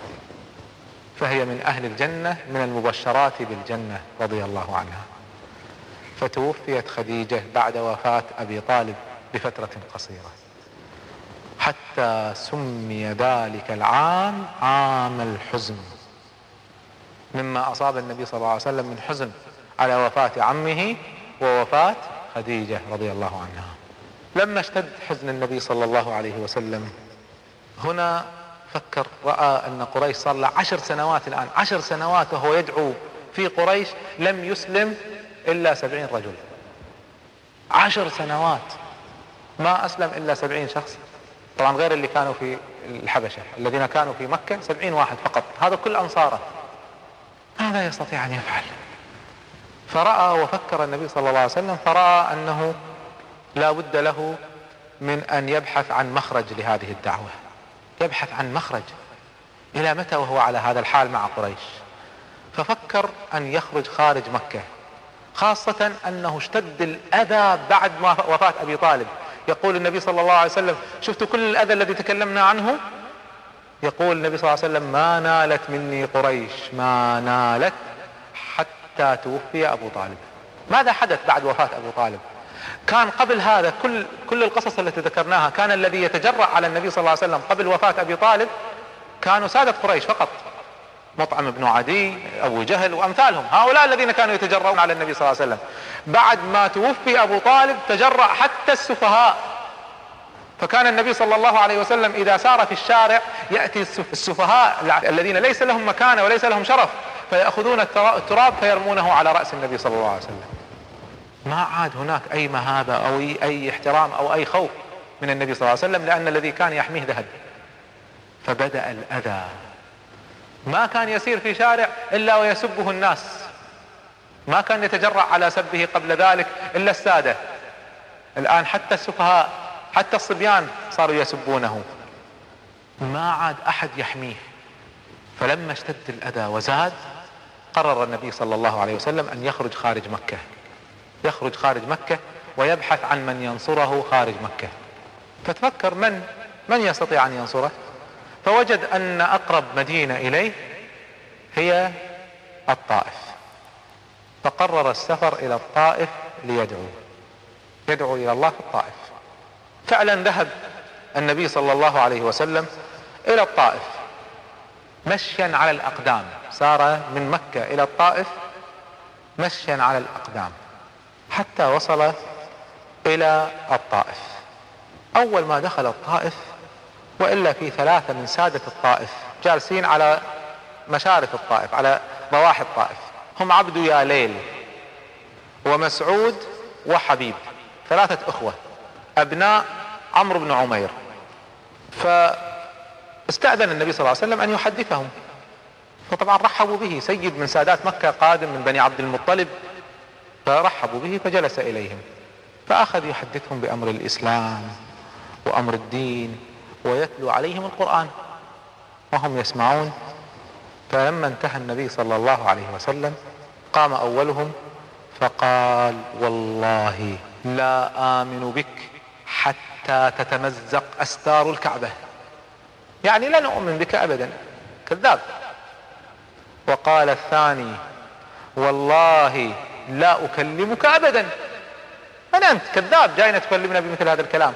فهي من أهل الجنة، من المبشرات بالجنة رضي الله عنها. فتوفيت خديجة بعد وفاة أبي طالب بفترة قصيرة، حتى سمي ذلك العام عام الحزن، مما أصاب النبي صلى الله عليه وسلم من حزن على وفاة عمه ووفاة خديجة رضي الله عنها. لما اشتد حزن النبي صلى الله عليه وسلم هنا فكر، رأى أن قريش صار له 10 سنوات الآن، 10 سنوات وهو يدعو في قريش، لم يسلم إلا 70 رجل. 10 سنوات ما أسلم إلا 70 شخص، طبعا غير اللي كانوا في الحبشة، الذين كانوا في مكة 70 واحد فقط، هذا كل أنصاره. ماذا يستطيع أن يفعل؟ فرأى وفكر النبي صلى الله عليه وسلم، فرأى أنه لا بد له من أن يبحث عن مخرج لهذه الدعوة، يبحث عن مخرج. إلى متى وهو على هذا الحال مع قريش؟ ففكر أن يخرج خارج مكة، خاصة أنه اشتد الأذى بعد وفاة أبي طالب. يقول النبي صلى الله عليه وسلم: شفتوا كل الأذى الذي تكلمنا عنه؟ يقول النبي صلى الله عليه وسلم: ما نالت مني قريش ما نالت حتى توفي أبو طالب. ماذا حدث بعد وفاة أبو طالب؟ كان قبل هذا كل القصص التي ذكرناها، كان الذي يتجرأ على النبي صلى الله عليه وسلم قبل وفاة أبي طالب كانوا سادة قريش فقط، مطعم بن عدي، أبو جهل وأمثالهم، هؤلاء الذين كانوا يتجرؤون على النبي صلى الله عليه وسلم. بعد ما توفي أبو طالب تجرأ حتى السفهاء، فكان النبي صلى الله عليه وسلم إذا سار في الشارع يأتي السفهاء الذين ليس لهم مكانة وليس لهم شرف، فيأخذون التراب فيرمونه على رأس النبي صلى الله عليه وسلم. ما عاد هناك أي مهابة أو أي احترام أو أي خوف من النبي صلى الله عليه وسلم، لأن الذي كان يحميه ذهب. فبدأ الأذى، ما كان يسير في شارع إلا ويسبه الناس، ما كان يتجرأ على سبه قبل ذلك إلا السادة. الآن حتى السفهاء حتى الصبيان صاروا يسبونه، ما عاد أحد يحميه. فلما اشتد الأذى وزاد قرر النبي صلى الله عليه وسلم أن يخرج خارج مكة، يخرج خارج مكة ويبحث عن من ينصره خارج مكة. فتفكر من يستطيع أن ينصره، فوجد أن أقرب مدينة إليه هي الطائف، فقرر السفر إلى الطائف يدعو إلى الله في الطائف. فعلا ذهب النبي صلى الله عليه وسلم إلى الطائف مشيا على الأقدام، سار من مكة إلى الطائف مشيا على الأقدام حتى وصل إلى الطائف. أول ما دخل الطائف، وإلا في 3 من سادة الطائف جالسين على مشارف الطائف، على ضواحي الطائف، هم عبد يا ليل ومسعود وحبيب، 3 أخوة أبناء عمرو بن عمير. فاستأذن النبي صلى الله عليه وسلم أن يحدثهم، فطبعا رحبوا به، سيد من سادات مكة قادم من بني عبد المطلب، فرحبوا به فجلس إليهم، فأخذ يحدثهم بأمر الإسلام وأمر الدين ويتلو عليهم القرآن وهم يسمعون. فلما انتهى النبي صلى الله عليه وسلم قام أولهم فقال: والله لا آمن بك حتى تتمزق أستار الكعبة، يعني لن أؤمن بك أبدا، كذاب. وقال الثاني: والله لا أكلمك أبدا، من أنت؟ كذاب، جاينا تكلمنا بمثل هذا الكلام.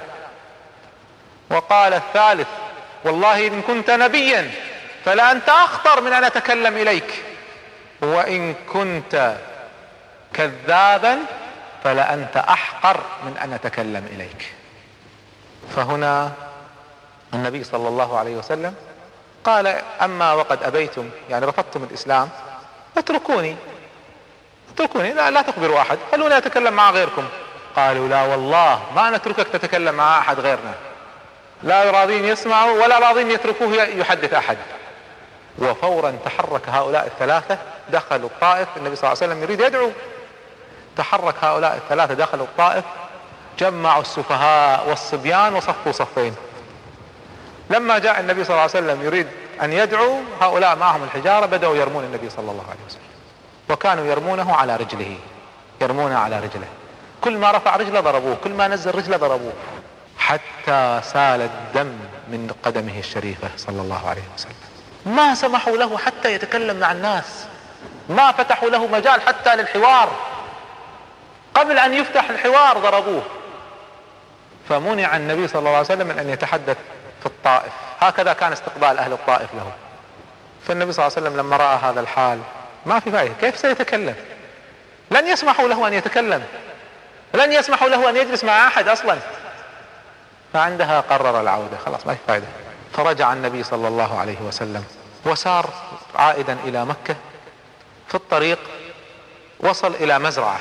وقال الثالث: والله إن كنت نبيا فلا أنت أخطر من أن أتكلم إليك، وإن كنت كذابا فلا أنت أحقر من أن أتكلم إليك. فهنا النبي صلى الله عليه وسلم قال: أما وقد أبيتم، يعني رفضتم الإسلام، اتركوني لا تخبروا أحد، خلوني أتكلم مع غيركم. قالوا: لا والله ما نتركك تتكلم مع أحد غيرنا، لا راضين يسمعوا ولا راضين يتركوه يحدث أحد. وفورا تحرك هؤلاء الثلاثة دخلوا الطائف. النبي صلى الله عليه وسلم يريد يدعو، تحرك هؤلاء الثلاثة دخلوا الطائف، جمعوا السفهاء والصبيان وصفوا صفين. لما جاء النبي صلى الله عليه وسلم يريد أن يدعو، هؤلاء معهم الحجارة بدأوا يرمون النبي صلى الله عليه وسلم، وكانوا يرمونه على رجله، يرمونه على رجله، كل ما رفع رجله ضربوه، كل ما نزل رجله ضربوه، حتى سال الدم من قدمه الشريفة صلى الله عليه وسلم. ما سمحوا له حتى يتكلم مع الناس، ما فتحوا له مجال حتى للحوار، قبل أن يفتح الحوار ضربوه. فمنع النبي صلى الله عليه وسلم من أن يتحدث في الطائف. هكذا كان استقبال أهل الطائف له. فالنبي صلى الله عليه وسلم لما رأى هذا الحال ما في فائدة، كيف سيتكلم؟ لن يسمحوا له أن يتكلم، لن يسمحوا له أن يجلس مع أحد أصلا. فعندها قرر العودة، خلاص ما في فائدة. فرجع النبي صلى الله عليه وسلم وسار عائدا إلى مكة. في الطريق وصل إلى مزرعة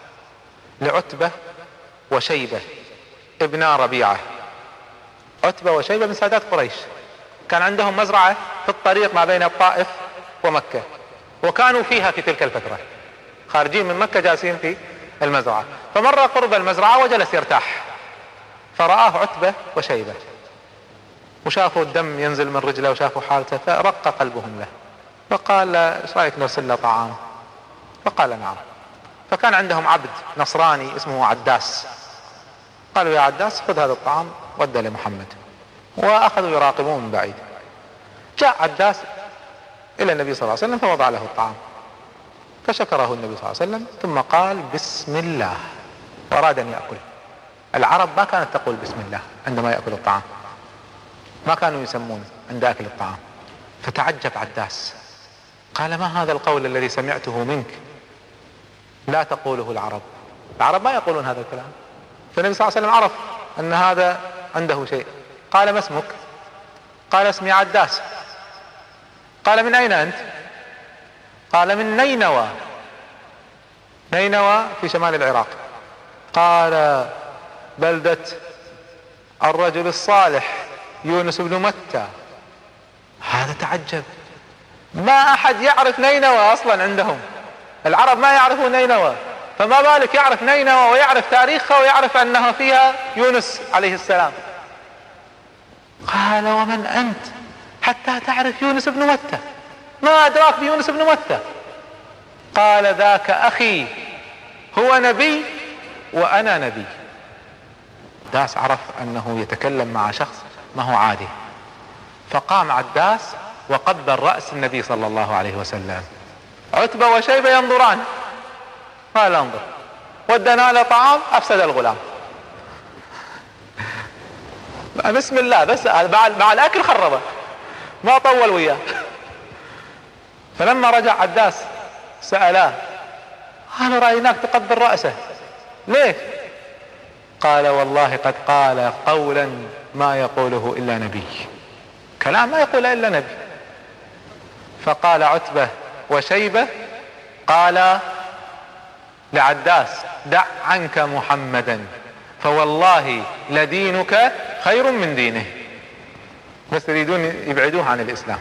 لعتبة وشيبة ابنا ربيعة. عتبة وشيبة من سادات قريش، كان عندهم مزرعة في الطريق ما بين الطائف ومكة، وكانوا فيها في تلك الفترة، خارجين من مكة جالسين في المزرعة. فمر قرب المزرعة وجلس يرتاح، فرآه عتبة وشيبة وشافوا الدم ينزل من رجله وشافوا حالته، فرق قلبهم له، فقال: ايش رايك نرسل له طعام؟ فقال: نعم. فكان عندهم عبد نصراني اسمه عداس، قالوا: يا عداس خذ هذا الطعام ودى لمحمد. واخذوا يراقبون من بعيد. جاء عداس الى النبي صلى الله عليه وسلم فوضع له الطعام، فشكره النبي صلى الله عليه وسلم، ثم قال: بسم الله، واراد ان يأكل. العرب ما كانت تقول بسم الله عندما يأكل الطعام، ما كانوا يسمون عند أكل الطعام. فتعجب عداس، قال: ما هذا القول الذي سمعته منك لا تقوله العرب؟ العرب ما يقولون هذا الكلام. فالنبي صلى الله عليه وسلم عرف أن هذا عنده شيء. قال: ما اسمك؟ قال: اسمي عداس. قال: من أين أنت؟ قال: من نينوى. نينوى في شمال العراق. قال: بلدة الرجل الصالح يونس بن متى. هذا تعجب، ما أحد يعرف نينوى أصلا عندهم، العرب ما يعرفون نينوى، فما بالك يعرف نينوى ويعرف تاريخها ويعرف أنها فيها يونس عليه السلام. قال: ومن أنت حتى تعرف يونس بن متى؟ ما أدراك بيونس بن متى؟ قال: ذاك أخي، هو نبي وأنا نبي. عداس عرف أنه يتكلم مع شخص ما هو عادي، فقام عداس وقبل رأس النبي صلى الله عليه وسلم. عتبة وشيبة ينظران، قال: انظر، ودنا له طعام أفسد الغلام. بسم الله، بس مع الأكل خربه، ما طول وياه. فلما رجع عداس سألاه، قال: رأيناك تقبل رأسه، ليه؟ قال: والله قد قال قولا ما يقوله إلا نبي، كلام ما يقول إلا نبي. فقال عتبة وشيبة، قال لعداس: دع عنك محمدا، فوالله لدينك خير من دينه. بس يريدون يبعدوه عن الإسلام.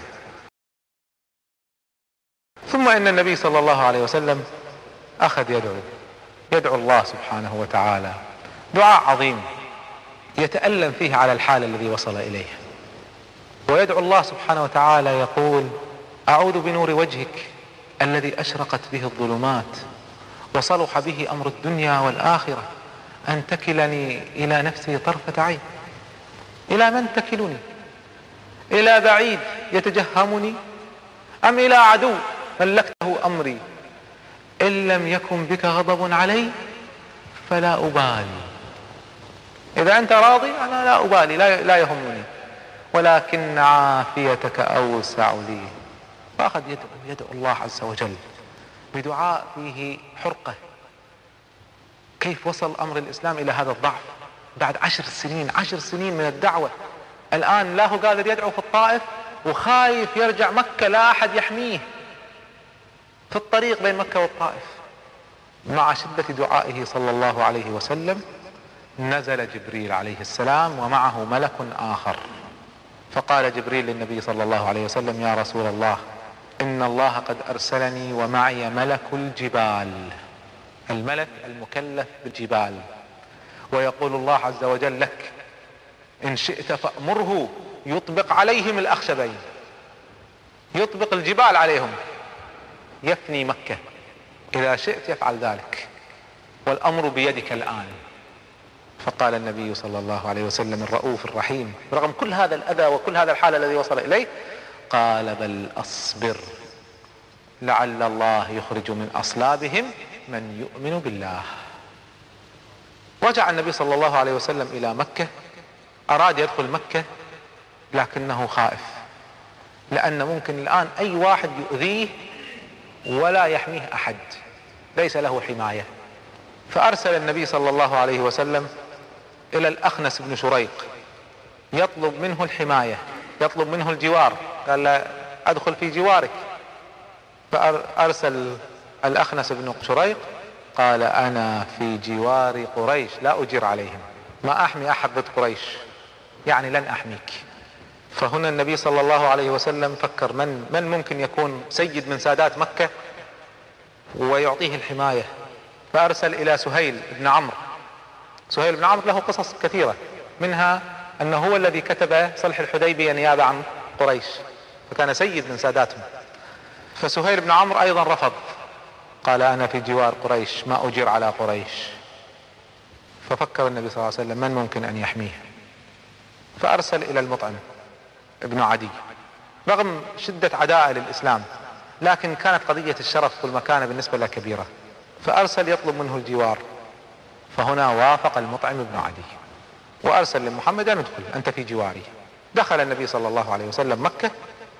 ثم إن النبي صلى الله عليه وسلم أخذ يدعو الله سبحانه وتعالى دعاء عظيم يتألم فيه على الحال الذي وصل إليه، ويدعو الله سبحانه وتعالى يقول: أعوذ بنور وجهك الذي أشرقت به الظلمات وصلح به أمر الدنيا والآخرة أن تكلني إلى نفسي طرفة عين. إلى من تكلني؟ إلى بعيد يتجهمني أم إلى عدو ملكته أمري؟ إن لم يكن بك غضب علي فلا أبالي. إذا أنت راضي أنا لا أبالي، لا يهمني، ولكن عافيتك أوسع لي. فأخذ يدعو الله عز وجل بدعاء فيه حرقة. كيف وصل أمر الإسلام إلى هذا الضعف بعد 10 سنين من الدعوة؟ الآن لا هو قادر يدعو في الطائف وخايف يرجع مكة، لا أحد يحميه في الطريق بين مكة والطائف. مع شدة دعائه صلى الله عليه وسلم نزل جبريل عليه السلام ومعه ملك آخر، فقال جبريل للنبي صلى الله عليه وسلم: يا رسول الله، إن الله قد أرسلني ومعي ملك الجبال، الملك المكلف بالجبال، ويقول الله عز وجل لك: إن شئت فأمره يطبق عليهم الأخشبين، يطبق الجبال عليهم، يفني مكة، إذا شئت يفعل ذلك، والأمر بيدك الآن. فقال النبي صلى الله عليه وسلم الرؤوف الرحيم رغم كل هذا الأذى وكل هذا الحال الذي وصل إليه، قال: بل أصبر، لعل الله يخرج من أصلابهم من يؤمن بالله. رجع النبي صلى الله عليه وسلم إلى مكة، أراد يدخل مكة لكنه خائف، لأن ممكن الآن أي واحد يؤذيه ولا يحميه أحد، ليس له حماية. فأرسل النبي صلى الله عليه وسلم إلى الأخنس بن شريق يطلب منه الحماية، يطلب منه الجوار، قال له: أدخل في جوارك. فأرسل الأخنس بن شريق قال: أنا في جوار قريش لا أجير عليهم، ما أحمي أحد ضد قريش، يعني لن أحميك. فهنا النبي صلى الله عليه وسلم فكر من ممكن يكون سيد من سادات مكة ويعطيه الحماية. فأرسل إلى سهيل بن عمرو. سهيل بن عمرو له قصص كثيرة، منها أنه هو الذي كتب صلح الحديبية نيابة عن قريش، فكان سيد من ساداتهم. فسهيل بن عمرو أيضا رفض، قال: أنا في جوار قريش ما أجير على قريش. ففكر النبي صلى الله عليه وسلم من ممكن أن يحميه، فأرسل إلى المطعم ابن عدي، رغم شدة عداءه للإسلام لكن كانت قضية الشرف والمكانة بالنسبة له كبيرة، فأرسل يطلب منه الجوار. فهنا وافق المطعم ابن عدي وأرسل لمحمد: أن ادخل أنت في جواري. دخل النبي صلى الله عليه وسلم مكة.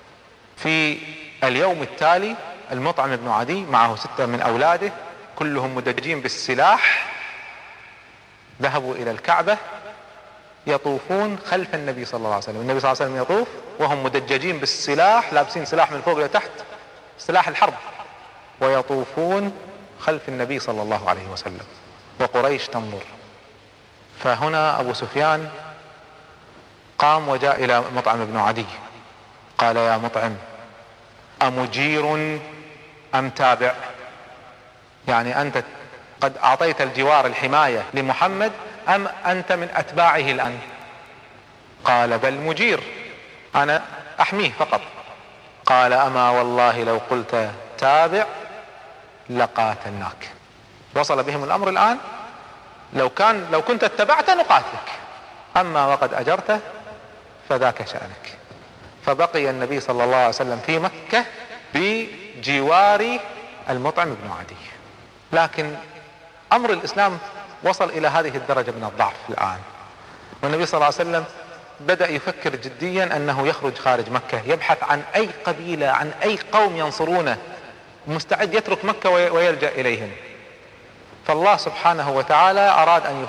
في اليوم التالي المطعم ابن عدي معه 6 من أولاده كلهم مدججين بالسلاح، ذهبوا إلى الكعبة يطوفون خلف النبي صلى الله عليه وسلم. النبي صلى الله عليه وسلم يطوف وهم مدججين بالسلاح، لابسين سلاح من فوق لتحت، سلاح الحرب، ويطوفون خلف النبي صلى الله عليه وسلم، وقريش تنظر. فهنا أبو سفيان قام وجاء إلى مطعم ابن عدي، قال: يا مطعم، أمجير أم تابع؟ يعني أنت قد أعطيت الجوار الحماية لمحمد أم أنت من أتباعه الآن؟ قال: بل مجير، أنا أحميه فقط. قال: أما والله لو قلت تابع لقاتلناك. وصل بهم الأمر الآن، لو كنت اتبعت نقاتلك، أما وقد أجرته فذاك شأنك. فبقي النبي صلى الله عليه وسلم في مكة بجوار المطعم بن عدي. لكن أمر الإسلام وصل إلى هذه الدرجة من الضعف الآن، والنبي صلى الله عليه وسلم بدأ يفكر جديا أنه يخرج خارج مكة، يبحث عن أي قبيلة، عن أي قوم ينصرونه، مستعد يترك مكة ويلجأ إليهم. فالله سبحانه وتعالى أراد أن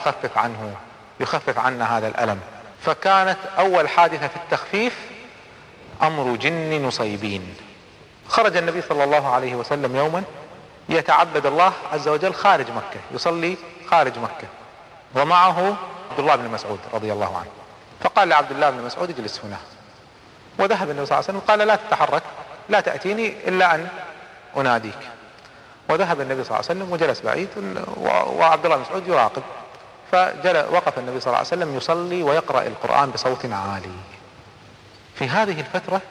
يخفف عنا هذا الألم. فكانت أول حادثة في التخفيف أمر جن نصيبين. خرج النبي صلى الله عليه وسلم يوما يتعبد الله عز وجل خارج مكة، يصلي خارج مكة، ومعه عبد الله بن مسعود رضي الله عنه. فقال لعبد الله بن مسعود: اجلس هنا. وذهب النبي صلى الله عليه وسلم قال: لا تتحرك، لا تأتيني إلا أن أناديك. وذهب النبي صلى الله عليه وسلم وجلس بعيد، وعبد الله بن مسعود يراقب. وقف النبي صلى الله عليه وسلم يصلي ويقرأ القرآن بصوت عالي. في هذه الفترة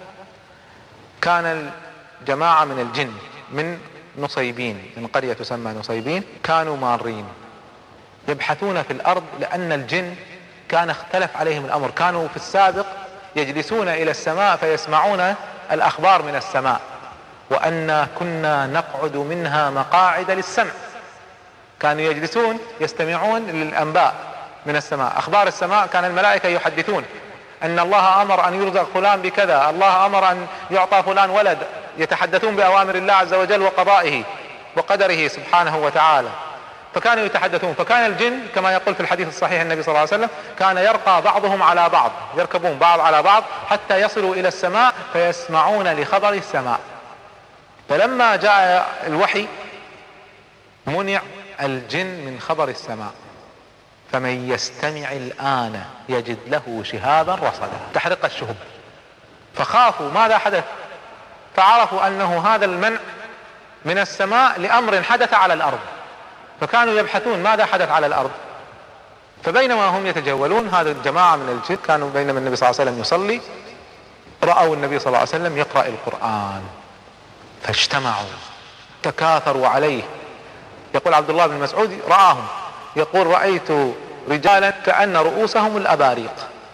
كان الجماعة من الجن من نصيبين، من قرية تسمى نصيبين، كانوا مارين يبحثون في الأرض، لأن الجن كان اختلف عليهم الأمر. كانوا في السابق يجلسون إلى السماء فيسمعون الأخبار من السماء، وأنا كنا نقعد منها مقاعد للسمع. كانوا يجلسون يستمعون للأنباء من السماء، أخبار السماء. كان الملائكة يحدثون أن الله أمر أن يرزق فلان بكذا، الله أمر أن يعطى فلان ولد، يتحدثون بأوامر الله عز وجل وقضائه وقدره سبحانه وتعالى. فكانوا يتحدثون. فكان الجن كما يقول في الحديث الصحيح النبي صلى الله عليه وسلم كان يرقى بعضهم على بعض، يركبون بعض على بعض حتى يصلوا إلى السماء فيسمعون لخبر السماء. فلما جاء الوحي منع الجن من خبر السماء، فمن يستمع الآن يجد له شهابا رصدا، تحرق الشهب. فخافوا ماذا حدث، فعرفوا أنه هذا المنع من السماء لأمر حدث على الأرض، فكانوا يبحثون ماذا حدث على الأرض. فبينما هم يتجولون هذا الجماعة من الجن كانوا بينما النبي صلى الله عليه وسلم يصلي رأوا النبي صلى الله عليه وسلم يقرأ القرآن فاجتمعوا تكاثروا عليه. يقول عبد الله بن مسعود رآهم يقول رأيت رجالا كأن رؤوسهم الأباريق،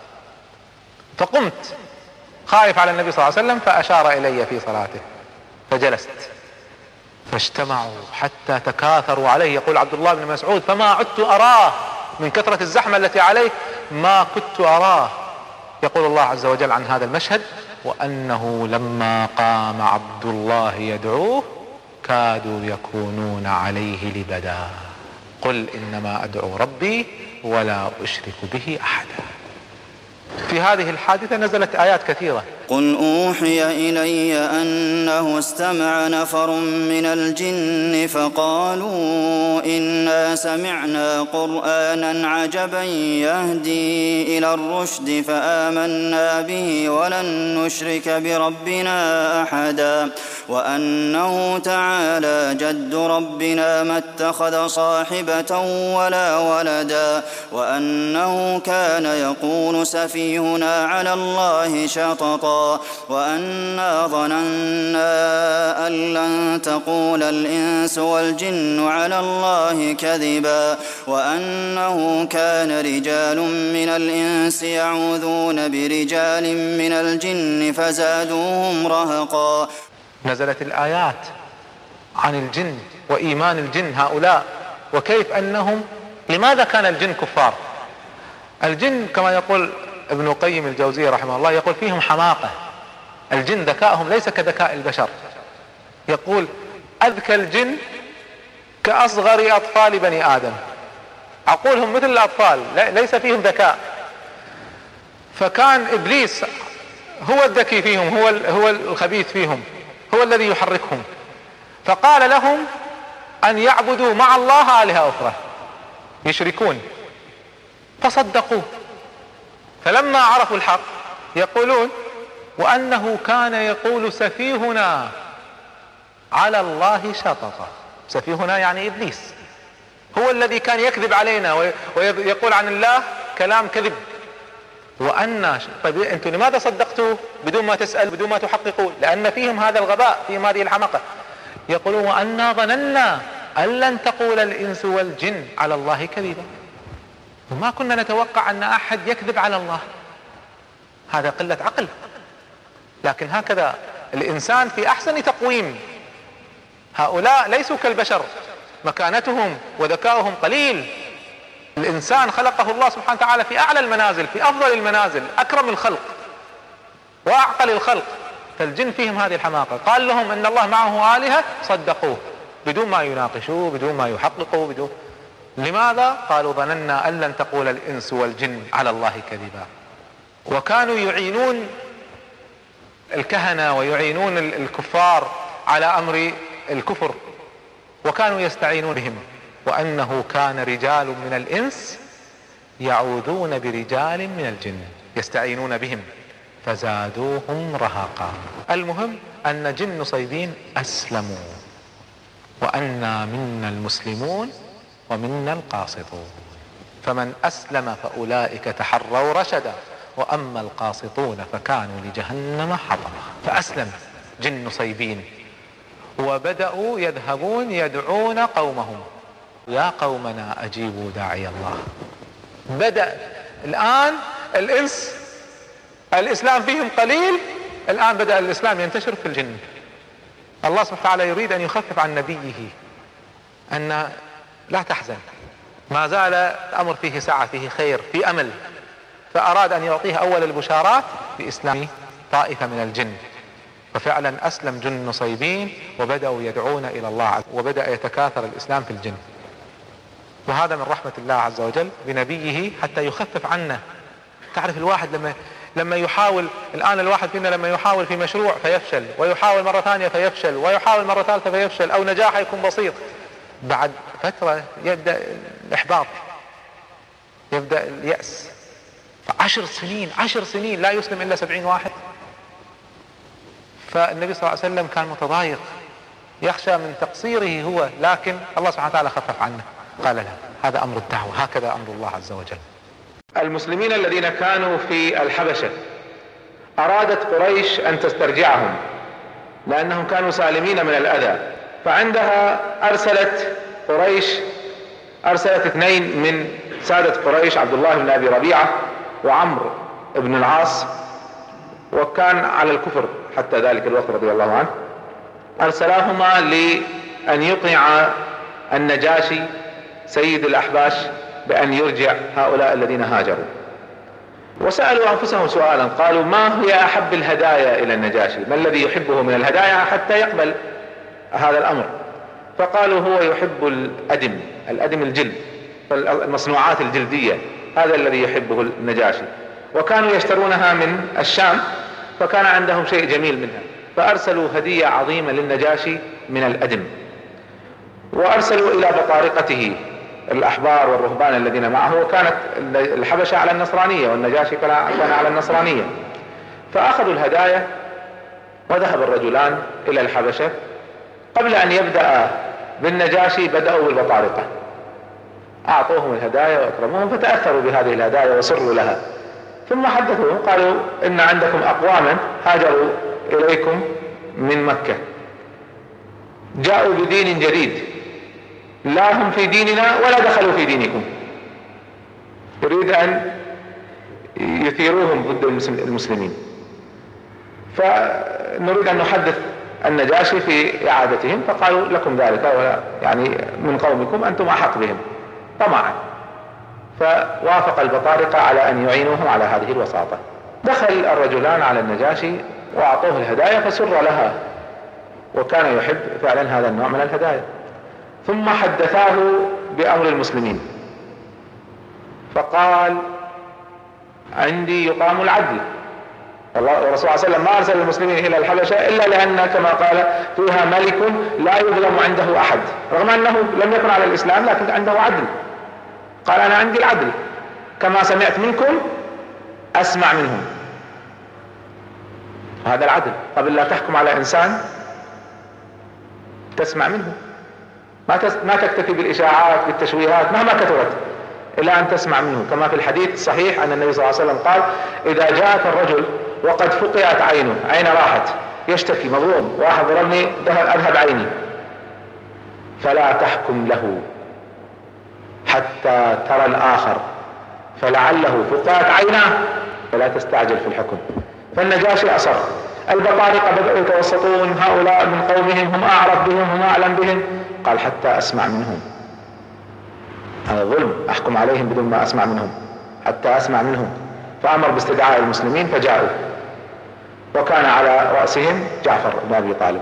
فقمت خائف على النبي صلى الله عليه وسلم فأشار إلي في صلاته فجلست، فاجتمعوا حتى تكاثروا عليه. يقول عبد الله بن مسعود فما عدت أراه من كثرة الزحمة التي عليه، ما كنت أراه. يقول الله عز وجل عن هذا المشهد وأنه لما قام عبد الله يدعوه كادوا يكونون عليه لبدا، قل إنما أدعو ربي ولا أشرك به أحدا. في هذه الحادثة نزلت آيات كثيرة. قل أوحي إلي أنه استمع نفر من الجن فقالوا إنا سمعنا قرآنا عجبا يهدي إلى الرشد فآمنا به ولن نشرك بربنا أحدا وأنه تعالى جد ربنا ما اتخذ صاحبة ولا ولدا وأنه كان يقول سفيهنا على الله شططا وأنا ظننا أن لن تقول الإنس والجن على الله كذبا وأنه كان رجال من الإنس يعوذون برجال من الجن فزادوهم رهقا. نزلت الآيات عن الجن وإيمان الجن هؤلاء، وكيف أنهم لماذا كان الجن كفار. الجن كما يقول ابن القيم الجوزية رحمه الله يقول فيهم حماقة. الجن ذكائهم ليس كذكاء البشر، يقول أذكى الجن كأصغر أطفال بني آدم، عقولهم مثل الأطفال ليس فيهم ذكاء. فكان إبليس هو الذكي فيهم، هو الخبيث فيهم، هو الذي يحركهم. فقال لهم أن يعبدوا مع الله آلهة أخرى يشركون، فصدقوه. فلما عرفوا الحق يقولون وأنه كان يقول سفيهنا على الله شططا. سفيهنا يعني إبليس، هو الذي كان يكذب علينا ويقول عن الله كلام كذب. وأن طيب أنتم لماذا صدقتوه بدون ما تسأل بدون ما تحققوا؟ لأن فيهم هذا الغباء، فيهم هذه الحماقة. يقولون وأنا ظننا أن لن تقول الإنس والجن على الله كذبا، وما كنا نتوقع أن أحد يكذب على الله. هذا قلة عقل. لكن هكذا الإنسان في أحسن تقويم. هؤلاء ليسوا كالبشر، مكانتهم وذكاؤهم قليل. الإنسان خلقه الله سبحانه وتعالى في أعلى المنازل، في أفضل المنازل، أكرم الخلق وأعقل الخلق. فالجن فيهم هذه الحماقة. قال لهم أن الله معه آلهة، صدقوه بدون ما يناقشوه بدون ما يحققوا لماذا؟ قالوا ظننا أن لن تقول الإنس والجن على الله كذبا. وكانوا يعينون الكهنة ويعينون الكفار على أمر الكفر، وكانوا يستعينون بهم. وأنه كان رجال من الإنس يعوذون برجال من الجن يستعينون بهم فزادوهم رهقا. المهم أن جن نصيبين أسلموا، وأنا منا المسلمون ومنا القاسطون، فمن أسلم فأولئك تحروا رشدا وأما القاسطون فكانوا لجهنم حطبا. فأسلم جن نصيبين وبدأوا يذهبون يدعون قومهم يا قومنا أجيبوا داعي الله. بدأ الآن الإنس الإسلام فيهم قليل، الآن بدأ الإسلام ينتشر في الجن. الله سبحانه وتعالى يريد أن يخفف عن نبيه أن لا تحزن، ما زال الأمر فيه سعة، فيه خير، فيه أمل، فأراد أن يعطيه أول البشارات بإسلام طائفة من الجن. وفعلا أسلم جن نصيبين وبدأوا يدعون إلى الله، وبدأ يتكاثر الإسلام في الجن. وهذا من رحمة الله عز وجل بنبيه حتى يخفف عنا. تعرف الواحد لما يحاول، الآن الواحد فينا لما يحاول في مشروع فيفشل، ويحاول مرة ثانية فيفشل، ويحاول مرة ثالثة فيفشل، أو نجاحه يكون بسيط، بعد فترة يبدأ الإحباط، يبدأ اليأس. 10 سنين لا يسلم إلا 70 واحد. فالنبي صلى الله عليه وسلم كان متضايق، يخشى من تقصيره هو، لكن الله سبحانه وتعالى خفف عنه، قال له هذا أمر الدعوة، هكذا أمر الله عز وجل. المسلمين الذين كانوا في الحبشة أرادت قريش أن تسترجعهم لأنهم كانوا سالمين من الأذى، فعندها أرسلت قريش 2 من سادة قريش، عبد الله بن أبي ربيعة وعمرو بن العاص، وكان على الكفر حتى ذلك الوقت رضي الله عنه، أرسلاهما لأن يقنع النجاشي سيد الأحباش بأن يرجع هؤلاء الذين هاجروا. وسألوا أنفسهم سؤالا، قالوا ما هي أحب الهدايا إلى النجاشي؟ ما الذي يحبه من الهدايا حتى يقبل هذا الأمر؟ فقالوا هو يحب الأدم الجلد، المصنوعات الجلدية، هذا الذي يحبه النجاشي. وكانوا يشترونها من الشام، فكان عندهم شيء جميل منها، فأرسلوا هدية عظيمة للنجاشي من الأدم. وأرسلوا إلى بطارقته الأحبار والرهبان الذين معه، وكانت الحبشة على النصرانية والنجاشي كان على النصرانية. فأخذوا الهدايا وذهب الرجلان إلى الحبشة. قبل أن يبدأ بالنجاشي بدأوا بالبطارقة، أعطوهم الهدايا وأكرموهم، فتأثروا بهذه الهدايا وسروا لها. ثم حدثوهم قالوا إن عندكم أقواما هاجروا إليكم من مكة، جاءوا بدين جديد لا هم في ديننا ولا دخلوا في دينكم، يريد أن يثيروهم ضد المسلمين. فنريد أن نحدث النجاشي في إعادتهم، فقالوا لكم ذلك، يعني من قومكم أنتم أحق بهم طمعا. فوافق البطارقة على أن يعينوهم على هذه الوساطة. دخل الرجلان على النجاشي وأعطوه الهدايا فسر لها، وكان يحب فعلا هذا النوع من الهدايا. ثم حدثاه بأمر المسلمين، فقال عندي يقام العدل. والرسول صلى الله عليه وسلم ما أرسل المسلمين إلى الحبشة إلا لأن كما قال فيها ملك لا يظلم عنده أحد، رغم أنه لم يكن على الإسلام لكن عنده عدل. قال أنا عندي العدل، كما سمعت منكم أسمع منهم، هذا العدل. قبل لا تحكم على إنسان تسمع منه، ما تكتفي بالإشاعات بالتشويهات مهما كثرت، إلا أن تسمع منه. كما في الحديث الصحيح أن النبي صلى الله عليه وسلم قال إذا جاءك الرجل وقد فقئت عينه راحت، يشتكي مظلوم، واحد ضربني أذهب عيني، فلا تحكم له حتى ترى الآخر فلعله فقئت عينه، فلا تستعجل في الحكم. فالنجاشي أصر. البطارقة بدأوا يتوسطون، هؤلاء من قومهم، هم أعرف بهم، هم أعلم بهم. قال حتى أسمع منهم، هذا ظلم أحكم عليهم بدون ما أسمع منهم، حتى أسمع منهم. فأمر باستدعاء المسلمين فجاءوا، وكان على رأسهم جعفر بن أبي طالب.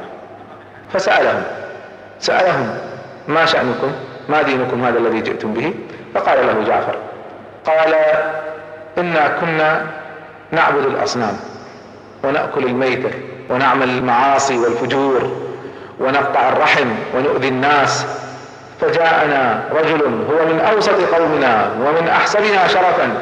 فسألهم ما شأنكم، ما دينكم هذا الذي جئتم به؟ فقال له جعفر، قال إنا كنا نعبد الأصنام ونأكل الميتة ونعمل المعاصي والفجور ونقطع الرحم ونؤذي الناس، فجاءنا رجل هو من أوسط قومنا ومن أحسبنا شرفا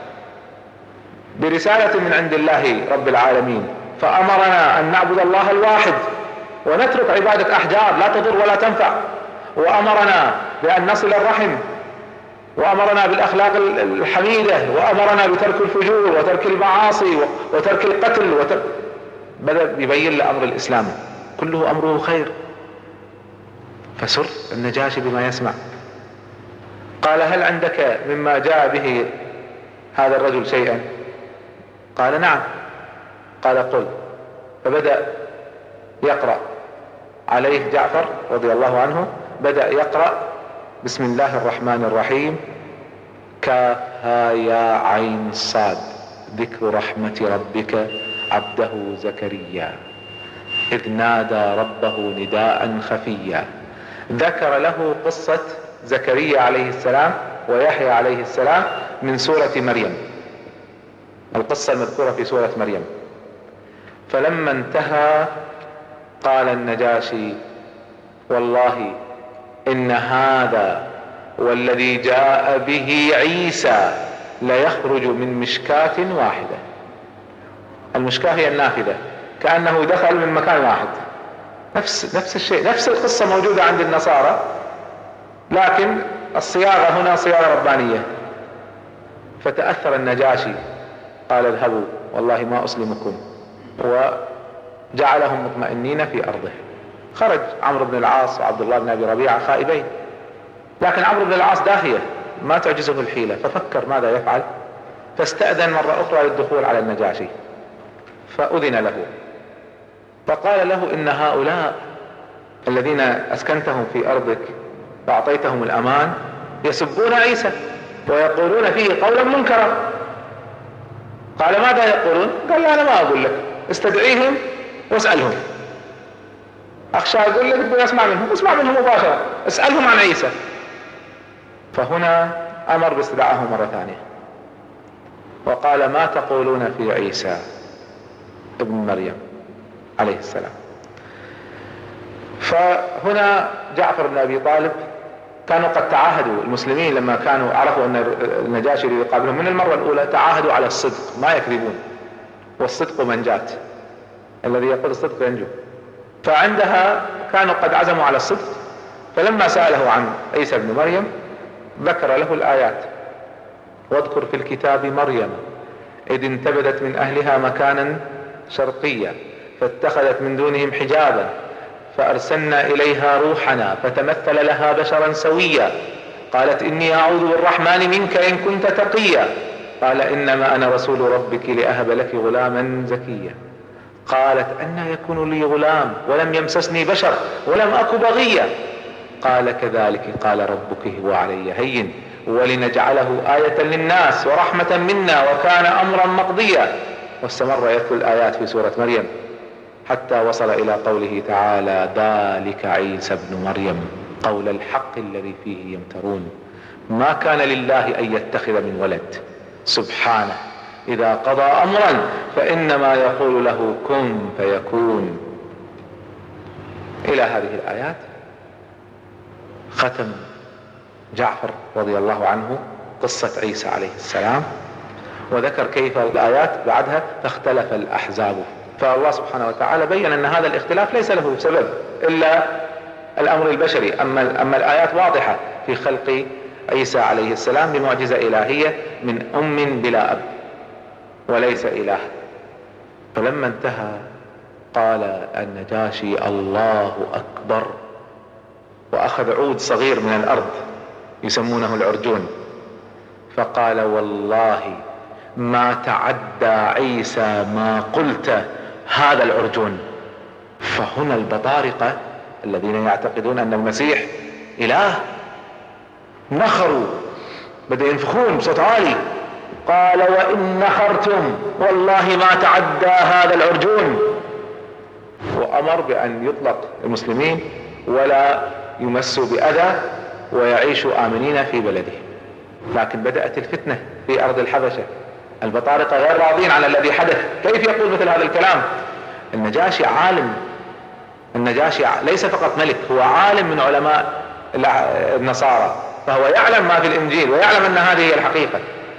برسالة من عند الله رب العالمين، فأمرنا أن نعبد الله الواحد ونترك عبادة أحجار لا تضر ولا تنفع، وأمرنا بأن نصل الرحم، وأمرنا بالأخلاق الحميدة، وأمرنا بترك الفجور وترك المعاصي وترك القتل بدأ يبين له أمر الإسلام كله أمره خير. فسر النجاشي بما يسمع. قال هل عندك مما جاء به هذا الرجل شيئا؟ قال نعم. قال قل. فبدأ يقرأ عليه جعفر رضي الله عنه، بدأ يقرأ بسم الله الرحمن الرحيم كافها يا عين صاد ذكر رحمة ربك عبده زكريا إذ نادى ربه نداء خفيا. ذكر له قصة زكريا عليه السلام ويحيى عليه السلام من سورة مريم، القصة المذكورة في سورة مريم. فلما انتهى قال النجاشي والله إن هذا والذي جاء به عيسى ليخرج من مشكاة واحدة. المشكاة هي النافذة، كأنه دخل من مكان واحد. نفس الشيء، نفس القصة موجودة عند النصارى، لكن الصياغة هنا صياغة ربانية. فتأثر النجاشي قال اذهبوا والله ما أسلمكم، وجعلهم مطمئنين في أرضه. خرج عمرو بن العاص وعبد الله بن أبي ربيعة خائبين، لكن عمرو بن العاص داهية ما تعجزه الحيلة، ففكر ماذا يفعل، فاستأذن مرة أخرى للدخول على النجاشي فأذن له، فقال له إن هؤلاء الذين أسكنتهم في أرضك وأعطيتهم الأمان يسبون عيسى ويقولون فيه قولا منكرا. قال ماذا يقولون؟ قال لا أنا ما أقول لك، استدعيهم واسألهم، أخشى أقول لك بدي أسمع منهم، اسمع منهم مباشرة، اسألهم عن عيسى. فهنا أمر باستدعائه مرة ثانية وقال ما تقولون في عيسى ابن مريم عليه السلام. فهنا جعفر بن أبي طالب كانوا قد تعاهدوا، المسلمين لما كانوا عرفوا أن النجاشي يقابلهم من المرة الأولى تعاهدوا على الصدق، ما يكذبون، والصدق منجاة، الذي يقول الصدق ينجو. فعندها كانوا قد عزموا على الصدق. فلما سأله عن عيسى بن مريم ذكر له الآيات واذكر في الكتاب مريم إذ انتبذت من أهلها مكانا شرقيا فاتخذت من دونهم حجابا فأرسلنا إليها روحنا فتمثل لها بشرا سويا قالت إني أعوذ بالرحمن منك إن كنت تقيا قال إنما أنا رسول ربك لأهب لك غلاما زكيا قالت أنى يكون لي غلام ولم يمسسني بشر ولم أك بغيا قال كذلك قال ربك هو علي هين ولنجعله آية للناس ورحمة منا وكان أمرا مقضيا. واستمر يتلو الآيات في سورة مريم حتى وصل إلى قوله تعالى ذلك عيسى ابن مريم قول الحق الذي فيه يمترون ما كان لله أن يتخذ من ولد سبحانه إذا قضى أمرا فإنما يقول له كن فيكون. إلى هذه الآيات ختم جعفر رضي الله عنه قصة عيسى عليه السلام وذكر كيف الآيات بعدها فاختلف الأحزاب. فالله سبحانه وتعالى بين أن هذا الاختلاف ليس له سبب إلا الأمر البشري، أما الآيات واضحة في خلق عيسى عليه السلام بمعجزة إلهية من أم بلا أب وليس إله. فلما انتهى قال النجاشي الله أكبر وأخذ عود صغير من الأرض يسمونه العرجون فقال والله ما تعدى عيسى ما قلت هذا العرجون. فهنا البطارقة الذين يعتقدون أن المسيح إله نخروا بدأوا ينفخون بصوت عالي قال وإن نخرتم والله ما تعدى هذا العرجون وأمر بأن يطلق المسلمين ولا يمسوا بأذى ويعيشوا آمنين في بلدهم. لكن بدأت الفتنة في أرض الحبشة، البطارقة غير راضين على الذي حدث، كيف يقول مثل هذا الكلام؟ النجاشي عالم، النجاشي ليس فقط ملك، هو عالم من علماء النصارى، فهو يعلم ما في الإنجيل ويعلم أن هذه هي الحقيقة.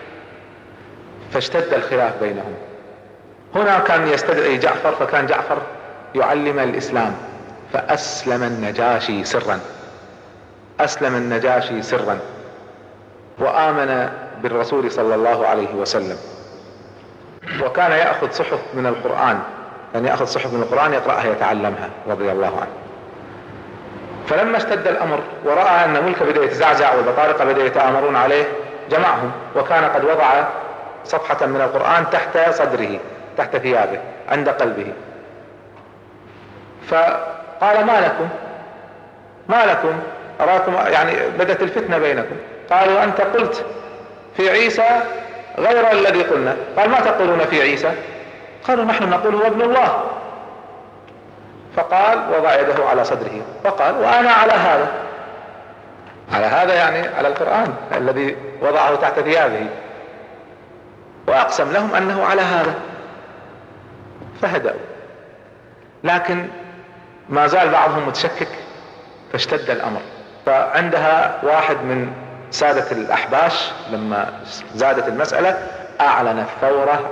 فاشتد الخلاف بينهم. هنا كان يستدعي جعفر، فكان جعفر يعلم الإسلام فأسلم النجاشي سرا، أسلم النجاشي سرا وآمن بالرسول صلى الله عليه وسلم. وكان يأخذ صحف من القرآن، كان يأخذ صحف من القرآن يقرأها يتعلمها رضي الله عنه. فلما اشتد الأمر ورأى أن ملكه بدأ يتزعزع والبطارقة بدأ يتآمرون عليه جمعهم، وكان قد وضع صفحة من القرآن تحت صدره تحت ثيابه عند قلبه. فقال ما لكم أراكم يعني بدت الفتنة بينكم. قالوا أنت قلت في عيسى غير الذي قلنا. قال ما تقولون في عيسى؟ قالوا نحن نقول هو ابن الله. فقال وضع يده على صدره فقال وأنا على هذا يعني على القرآن الذي وضعه تحت ثيابه، وأقسم لهم أنه على هذا. فهدأوا، لكن ما زال بعضهم متشكك فاشتد الأمر. فعندها واحد من سادة الأحباش لما زادت المسألة أعلن الثورة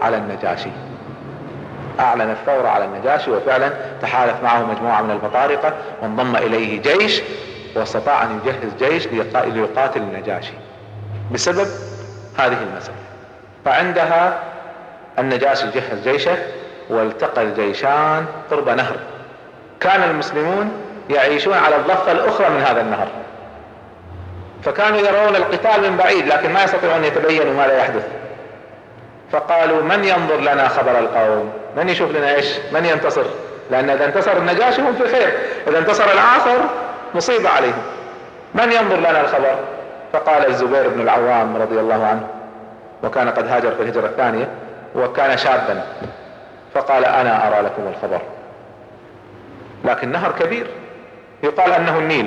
على النجاشي، وفعلا تحالف معه مجموعة من البطارقة وانضم إليه جيش، واستطاع أن يجهز جيش ليقاتل النجاشي بسبب هذه المسألة. فعندها النجاشي جهز جيشه، والتقى الجيشان قرب نهر. كان المسلمون يعيشون على الضفة الأخرى من هذا النهر، فكانوا يرون القتال من بعيد لكن ما يستطيعون أن يتبينوا ما لا يحدث. فقالوا من ينظر لنا خبر القوم، من يشوف لنا من ينتصر، لأن إذا انتصر النجاشي هم في خير، إذا انتصر الآخر مصيبة عليهم. من ينظر لنا الخبر؟ فقال الزبير بن العوام رضي الله عنه، وكان قد هاجر في الهجرة الثانية وكان شابا، فقال أنا أرى لكم الخبر. لكن نهر كبير يقال أنه النيل،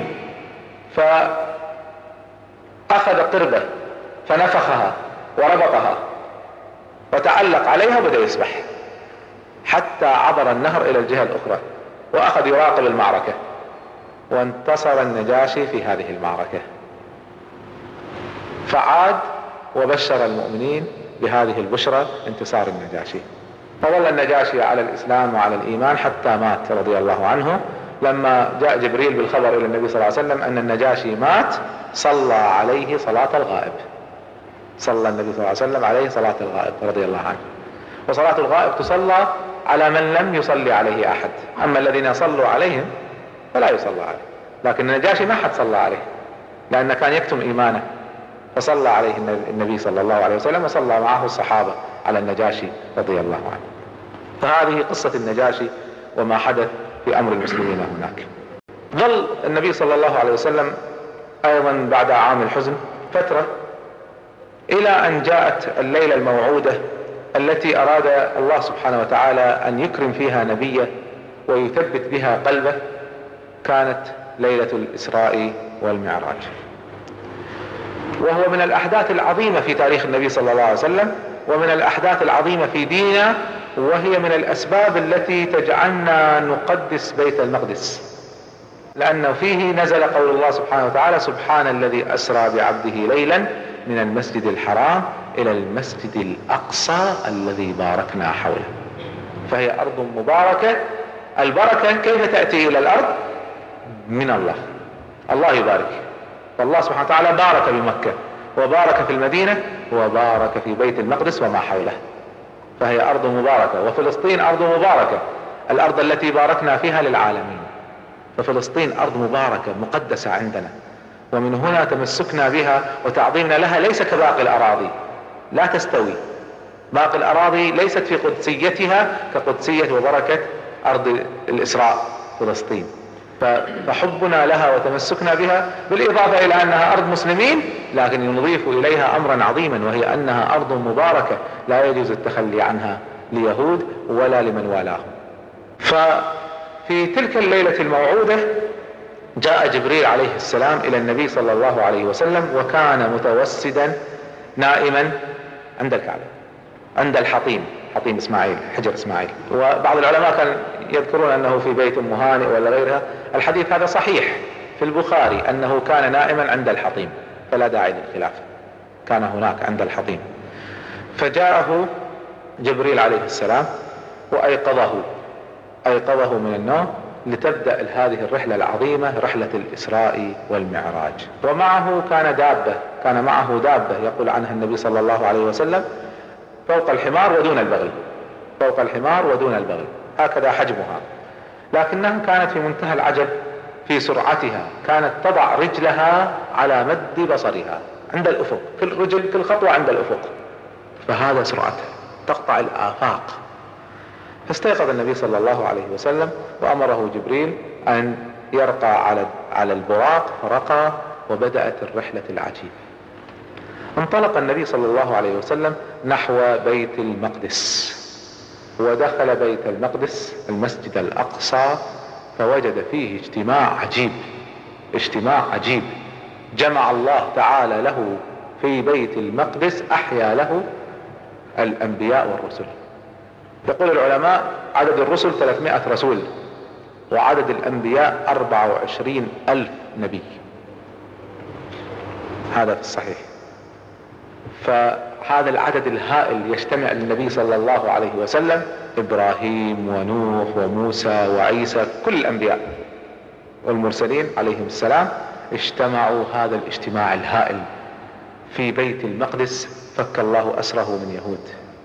فأخذ قربة فنفخها وربطها وتعلق عليها وبدأ يسبح حتى عبر النهر إلى الجهة الأخرى، وأخذ يراقب المعركة، وانتصر النجاشي في هذه المعركة. فعاد وبشر المؤمنين بهذه البشرى انتصار النجاشي. فظل النجاشي على الإسلام وعلى الإيمان حتى مات رضي الله عنه. لما جاء جبريل بالخبر إلى النبي صلى الله عليه وسلم أن النجاشي مات، صلى عليه صلاة الغائب، صلى النبي صلى الله عليه وسلم عليه صلاة الغائب رضي الله عنه. وصلاة الغائب تصلى على من لم يصلي عليه أحد، أما الذين صلوا عليهم فلا يصلى عليه. لكن النجاشي ما حد صلى عليه لأنه كان يكتم إيمانه، فصلى عليه النبي صلى الله عليه وسلم، وصلى معه الصحابة على النجاشي رضي الله عنه. فهذه قصة النجاشي وما حدث في أمر المسلمين هناك. ظل النبي صلى الله عليه وسلم أيضا بعد عام الحزن فترة، إلى أن جاءت الليلة الموعودة التي أراد الله سبحانه وتعالى أن يكرم فيها نبيه ويثبت بها قلبه. كانت ليلة الإسراء والمعراج، وهو من الأحداث العظيمة في تاريخ النبي صلى الله عليه وسلم، ومن الأحداث العظيمة في ديننا، وهي من الأسباب التي تجعلنا نقدس بيت المقدس، لأنه فيه نزل قول الله سبحانه وتعالى سبحان الذي أسرى بعبده ليلا من المسجد الحرام إلى المسجد الأقصى الذي باركنا حوله. فهي أرض مباركة. البركة كيف تأتي إلى الأرض؟ من الله، الله يبارك. فالله سبحانه وتعالى بارك بمكة وبارك في المدينة وبارك في بيت المقدس وما حوله، فهي أرض مباركة. وفلسطين أرض مباركة، الأرض التي باركنا فيها للعالمين. ففلسطين أرض مباركة مقدسة عندنا، ومن هنا تمسكنا بها وتعظيمنا لها ليس كباقي الأراضي، لا تستوي. باقي الأراضي ليست في قدسيتها كقدسية وبركة أرض الإسراء فلسطين. فحبنا لها وتمسكنا بها، بالإضافة إلى أنها أرض مسلمين، لكن نضيف إليها أمرا عظيما، وهي أنها أرض مباركة لا يجوز التخلي عنها ليهود ولا لمن والاهم. ففي تلك الليلة الموعودة جاء جبريل عليه السلام إلى النبي صلى الله عليه وسلم، وكان متوسدا نائما عند الكعبة، عند الحطيم، حطيم إسماعيل، حجر إسماعيل. وبعض العلماء كان يذكرون أنه في بيت مهانئ ولا غيرها. الحديث هذا صحيح في البخاري أنه كان نائما عند الحطيم، فلا داعي للخلاف، كان هناك عند الحطيم. فجاءه جبريل عليه السلام وأيقظه من النوم لتبدأ هذه الرحلة العظيمة، رحلة الإسراء والمعراج. ومعه كان معه دابة يقول عنها النبي صلى الله عليه وسلم فوق الحمار ودون البغل، هكذا حجمها، لكنها كانت في منتهى العجب في سرعتها. كانت تضع رجلها على مد بصرها عند الأفق، كل خطوة عند الأفق، فهذا سرعتها تقطع الآفاق. فاستيقظ النبي صلى الله عليه وسلم وأمره جبريل أن يرقى على البراق، فرقى وبدأت الرحلة العجيبة. انطلق النبي صلى الله عليه وسلم نحو بيت المقدس، ودخل بيت المقدس المسجد الأقصى، فوجد فيه اجتماع عجيب جمع الله تعالى له في بيت المقدس، أحيا له الأنبياء والرسل. يقول العلماء عدد الرسل 300 رسول، وعدد الأنبياء 24,000 نبي، هذا في الصحيح. فهذا العدد الهائل يجتمع للنبي صلى الله عليه وسلم، إبراهيم ونوح وموسى وعيسى، كل الأنبياء والمرسلين عليهم السلام اجتمعوا هذا الاجتماع الهائل في بيت المقدس. فك الله أسره من يهود.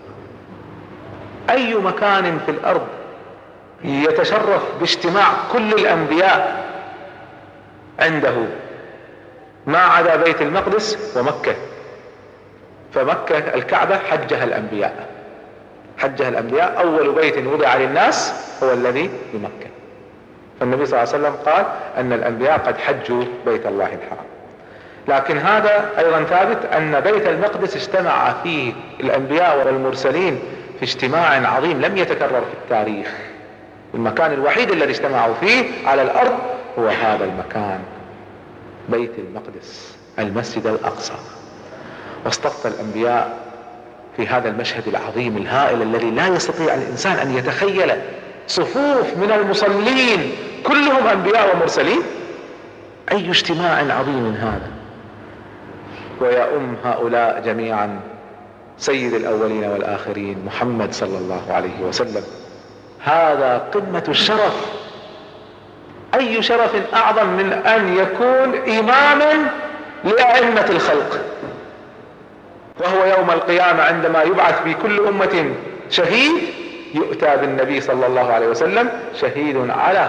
أي مكان في الأرض يتشرف باجتماع كل الأنبياء عنده ما عدا بيت المقدس ومكة. فمكة الكعبة حجها الأنبياء، أول بيت وضع للناس هو الذي بمكة. فالنبي صلى الله عليه وسلم قال أن الأنبياء قد حجوا بيت الله الحرام. لكن هذا أيضا ثابت أن بيت المقدس اجتمع فيه الأنبياء والمرسلين في اجتماع عظيم لم يتكرر في التاريخ. المكان الوحيد الذي اجتمعوا فيه على الأرض هو هذا المكان، بيت المقدس المسجد الأقصى. واصطف الأنبياء في هذا المشهد العظيم الهائل الذي لا يستطيع الإنسان أن يتخيل صفوف من المصلين كلهم أنبياء ومرسلين. أي اجتماع عظيم هذا. ويا هؤلاء جميعا سيد الأولين والآخرين محمد صلى الله عليه وسلم. هذا قمة الشرف. أي شرف أعظم من أن يكون إماما لأئمة الخلق، وهو يوم القيامة عندما يبعث في كل أمة شهيد يؤتى بالنبي صلى الله عليه وسلم شهيد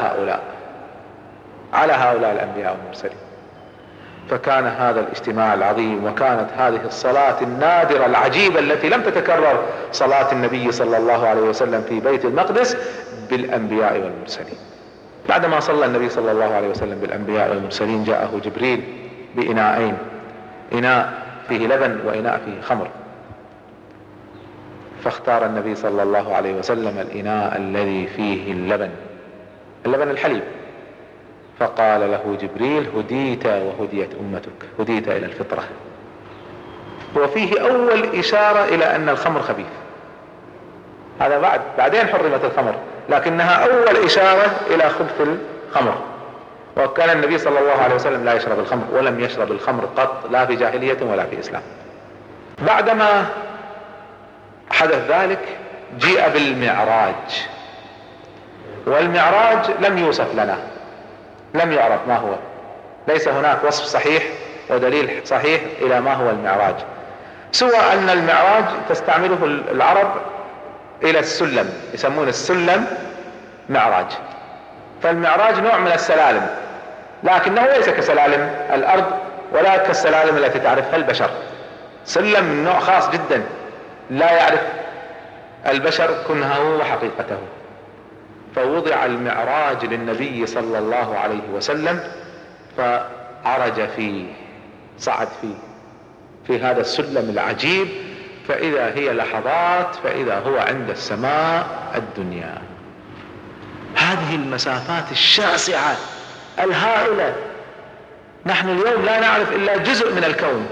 على هؤلاء الأنبياء والمرسلين. فكان هذا الاجتماع العظيم، وكانت هذه الصلاة النادرة العجيبة التي لم تتكرر، صلاة النبي صلى الله عليه وسلم في بيت المقدس بالأنبياء والمرسلين. بعدما صلى النبي صلى الله عليه وسلم بالأنبياء والمرسلين جاءه جبريل بإناءين، إناء فيه لبن وإناء فيه خمر، فاختار النبي صلى الله عليه وسلم الإناء الذي فيه اللبن الحليب. فقال له جبريل: هديت وهديت أمتك، هديت إلى الفطرة. وفيه أول إشارة إلى أن الخمر خبيث. هذا بعدين حرمت الخمر، لكنها أول إشارة إلى خبث الخمر. وكان النبي صلى الله عليه وسلم لا يشرب الخمر، ولم يشرب الخمر قط، لا في جاهلية ولا في إسلام. بعدما حدث ذلك جيء بالمعراج، والمعراج لم يوصف لنا، لم يعرف ما هو، ليس هناك وصف صحيح ودليل صحيح إلى ما هو المعراج، سوى أن المعراج تستعمله العرب إلى السلم، يسمون السلم معراج. فالمعراج نوع من السلالم، لكنه ليس كسلالم الأرض ولا كالسلالم التي تعرفها البشر. سلم من نوع خاص جدا لا يعرف البشر كنهه وحقيقته. فوضع المعراج للنبي صلى الله عليه وسلم، فعرج فيه، صعد فيه في هذا السلم العجيب، فإذا هي لحظات فإذا هو عند السماء الدنيا. هذه المسافات الشاسعة الهائلة، نحن اليوم لا نعرف إلا جزء من الكون،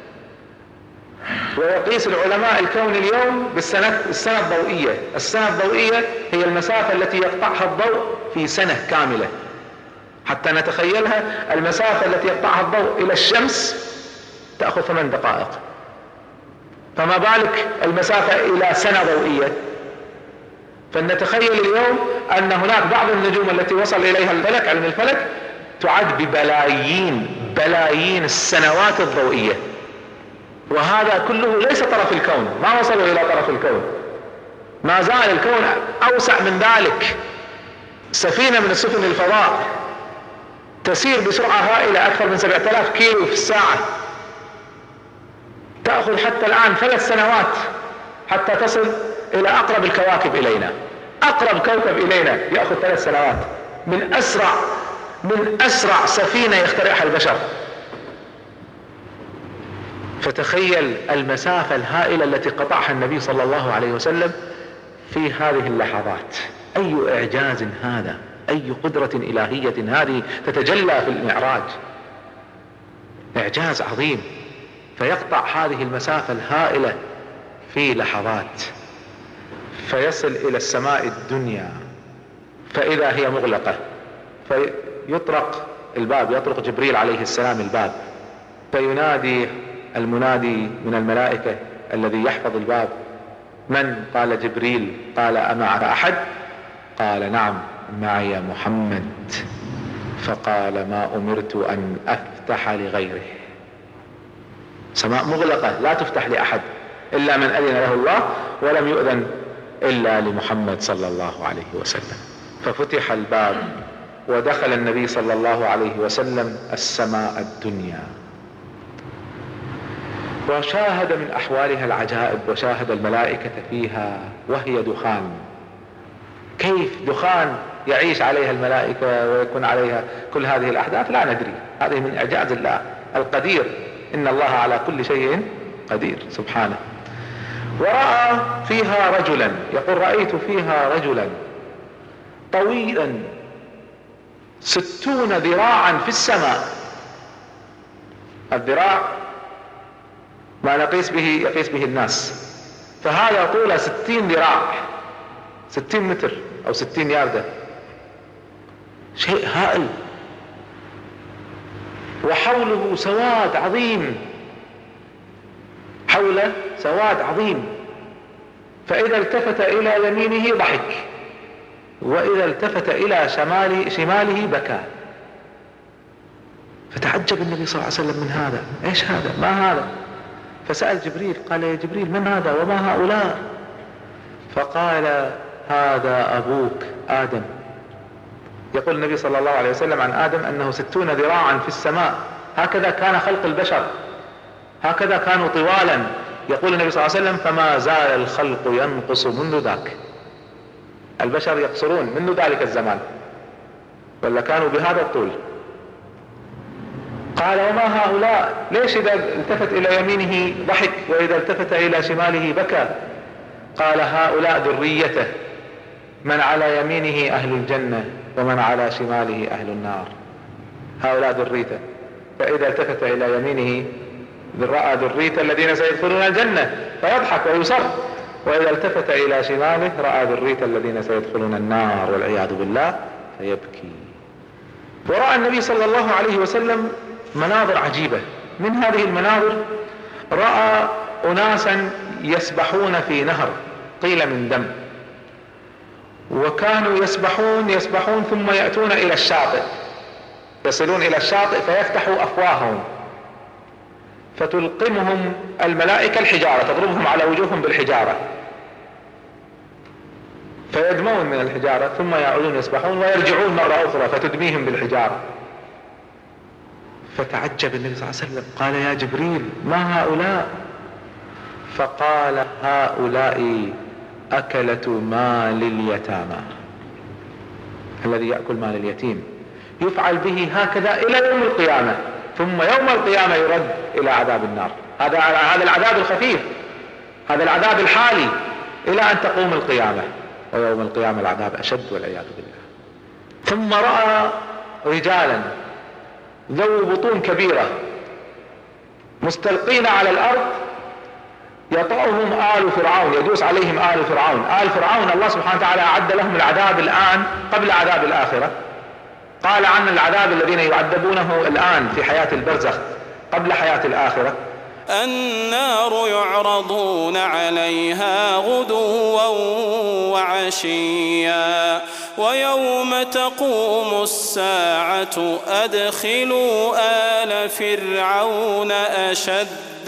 ويقيس العلماء الكون اليوم بالسنة الضوئية. السنة الضوئية هي المسافة التي يقطعها الضوء في سنة كاملة. حتى نتخيلها، المسافة التي يقطعها الضوء إلى الشمس تأخذ 8 دقائق، فما بالك المسافة إلى سنة ضوئية. فلنتخيل اليوم أن هناك بعض النجوم التي وصل إليها الفلك، علم الفلك، تعد ببلايين السنوات الضوئية، وهذا كله ليس طرف الكون، ما وصلوا إلى طرف الكون، ما زال الكون أوسع من ذلك. سفينة من سفن الفضاء تسير بسرعة هائلة أكثر من 7000 كيلو في الساعة، تأخذ حتى الآن 3 سنوات حتى تصل إلى أقرب الكواكب إلينا. أقرب كوكب إلينا يأخذ 3 سنوات من أسرع سفينة يخترعها البشر. فتخيل المسافة الهائلة التي قطعها النبي صلى الله عليه وسلم في هذه اللحظات. أي إعجاز هذا، أي قدرة إلهية هذه تتجلى في المعراج، إعجاز عظيم. فيقطع هذه المسافة الهائلة في لحظات، فيصل إلى السماء الدنيا فإذا هي مغلقة، فيطرق الباب، يطرق جبريل عليه السلام الباب، فينادي المنادي من الملائكة الذي يحفظ الباب: من؟ قال جبريل. قال: أمعك أحد؟ قال: نعم، معي محمد. فقال: ما أمرت أن أفتح لغيره. سماء مغلقة لا تفتح لأحد إلا من أذن له الله، ولم يؤذن إلا لمحمد صلى الله عليه وسلم. ففتح الباب ودخل النبي صلى الله عليه وسلم السماء الدنيا، وشاهد من أحوالها العجائب، وشاهد الملائكة فيها وهي دخان. كيف دخان يعيش عليها الملائكة ويكون عليها كل هذه الأحداث لا ندري. هذه من إعجاز الله القدير، إن الله على كل شيء قدير سبحانه. ورأى فيها رجلا، يقول: رأيت فيها رجلا طويلا 60 ذراعا في السماء. الذراع ما يقيس به الناس، فهذا طوله 60 ذراع، 60 متر أو 60 ياردة، شيء هائل. وحوله سواد عظيم، حوله سواد عظيم. فإذا التفت إلى يمينه ضحك، وإذا التفت إلى شماله بكى. فتعجب النبي صلى الله عليه وسلم من هذا، ايش هذا؟ ما هذا؟ فسأل جبريل، قال: يا جبريل، من هذا وما هؤلاء؟ فقال: هذا أبوك آدم. يقول النبي صلى الله عليه وسلم عن آدم أنه 60 ذراعا في السماء، هكذا كان خلق البشر، هكذا كانوا طوالا. يقول النبي صلى الله عليه وسلم: فما زال الخلق ينقص منذ ذاك. البشر يقصرون منذ ذلك الزمان، ولا كانوا بهذا الطول. قال: وما هؤلاء؟ ليش إذا التفت إلى يمينه ضحك وإذا التفت إلى شماله بكى؟ قال: هؤلاء ذريته، من على يمينه أهل الجنة ومن على شماله أهل النار. هؤلاء ذريته، فإذا التفت إلى يمينه رأى ذريته الذين سيدخلون الجنة فيضحك ويسر، وإذا التفت إلى شماله رأى ذريته الذين سيدخلون النار والعياذ بالله فيبكي. ورأى النبي صلى الله عليه وسلم مناظر عجيبة. من هذه المناظر رأى أناسا يسبحون في نهر قيل من دم، وكانوا يسبحون ثم يأتون إلى الشاطئ، يصلون إلى الشاطئ فيفتحوا أفواههم فتلقمهم الملائكة الحجارة، تضربهم على وجوههم بالحجارة فيدمون من الحجارة، ثم يعودون يسبحون ويرجعون مرة أخرى فتدميهم بالحجارة. فتعجب النبي صلى الله عليه وسلم، قال: يا جبريل، ما هؤلاء؟ فقال: هؤلاء أكلة مال اليتامى. الذي يأكل مال اليتيم يفعل به هكذا إلى يوم القيامة، ثم يوم القيامة يرد إلى عذاب النار. هذا العذاب الخفيف، هذا العذاب الحالي إلى أن تقوم القيامة، ويوم القيامة العذاب أشد والعياذ بالله. ثم رأى رجالا ذو بطون كبيرة مستلقين على الأرض، يطأهم آل فرعون، يدوس عليهم آل فرعون. آل فرعون الله سبحانه وتعالى أعد لهم العذاب الآن قبل عذاب الآخرة. قال عن العذاب الذين يعذبونه الآن في حياة البرزخ قبل حياة الآخرة: النار يعرضون عليها غدوا وعشيا ويوم تقوم الساعة أدخلوا آل فرعون أشد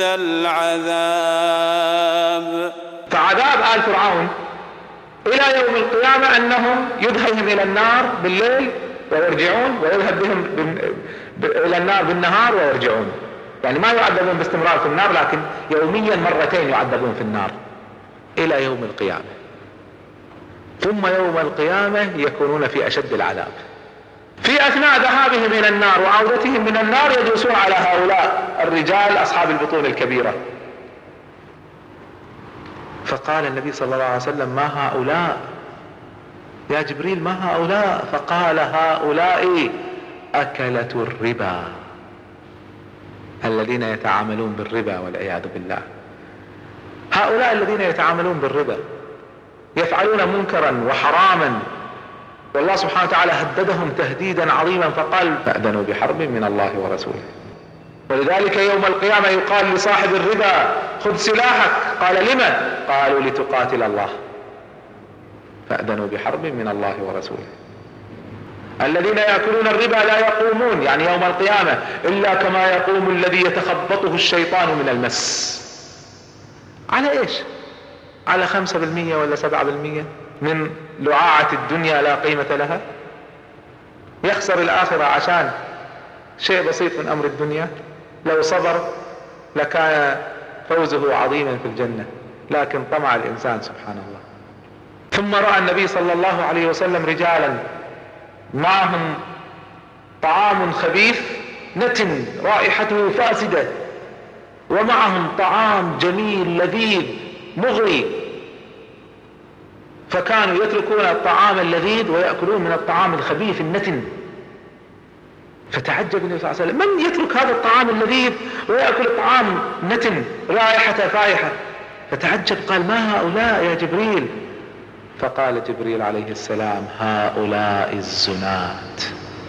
العذاب. فعذاب آل فرعون إلى يوم القيامة أنهم يدخلهم إلى النار بالليل ويرجعون، ويذهب بهم إلى النار بالنهار ويرجعون. يعني ما يعذبون باستمرار في النار، لكن يوميا مرتين يعذبون في النار إلى يوم القيامة. ثم يوم القيامة يكونون في أشد العذاب. في أثناء ذهابهم إلى النار وعودتهم من النار يجلسون على هؤلاء الرجال أصحاب البطون الكبيرة، فقال النبي صلى الله عليه وسلم: ما هؤلاء يا جبريل، ما هؤلاء؟ فقال: هؤلاء أكلة الربا، الذين يتعاملون بالربا والعياذ بالله. هؤلاء الذين يتعاملون بالربا يفعلون منكرا وحراما، والله سبحانه وتعالى هددهم تهديدا عظيما فقال: فأذنوا بحرب من الله ورسوله. ولذلك يوم القيامة يقال لصاحب الربا: خذ سلاحك. قال: لما؟ قالوا: لتقاتل الله. فأذنوا بحرب من الله ورسوله. الذين يأكلون الربا لا يقومون، يعني يوم القيامة، إلا كما يقوم الذي يتخبطه الشيطان من المس. على ايش؟ على 5% ولا 7% من لعاعة الدنيا لا قيمة لها. يخسر الآخرة عشان شيء بسيط من أمر الدنيا. لو صبر لكان فوزه عظيما في الجنة، لكن طمع الإنسان سبحان الله. ثم رأى النبي صلى الله عليه وسلم رجالا معهم طعام خبيث نتن رائحته فاسدة، ومعهم طعام جميل لذيذ مغري، فكانوا يتركون الطعام اللذيذ ويأكلون من الطعام الخبيث النتن. فتعجب النبي صلى الله عليه وسلم: من يترك هذا الطعام اللذيذ ويأكل طعام نتن رائحته فائحة؟ فتعجب، قال: ما هؤلاء يا جبريل؟ فقال جبريل عليه السلام: هؤلاء الزنات.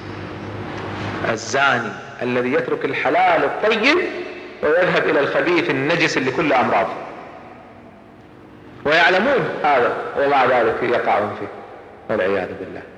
الزاني الذي يترك الحلال الطيب ويذهب إلى الخبيث النجس اللي كله أمراض، ويعلمون هذا ومع ذلك يقعون فيه والعياذ بالله.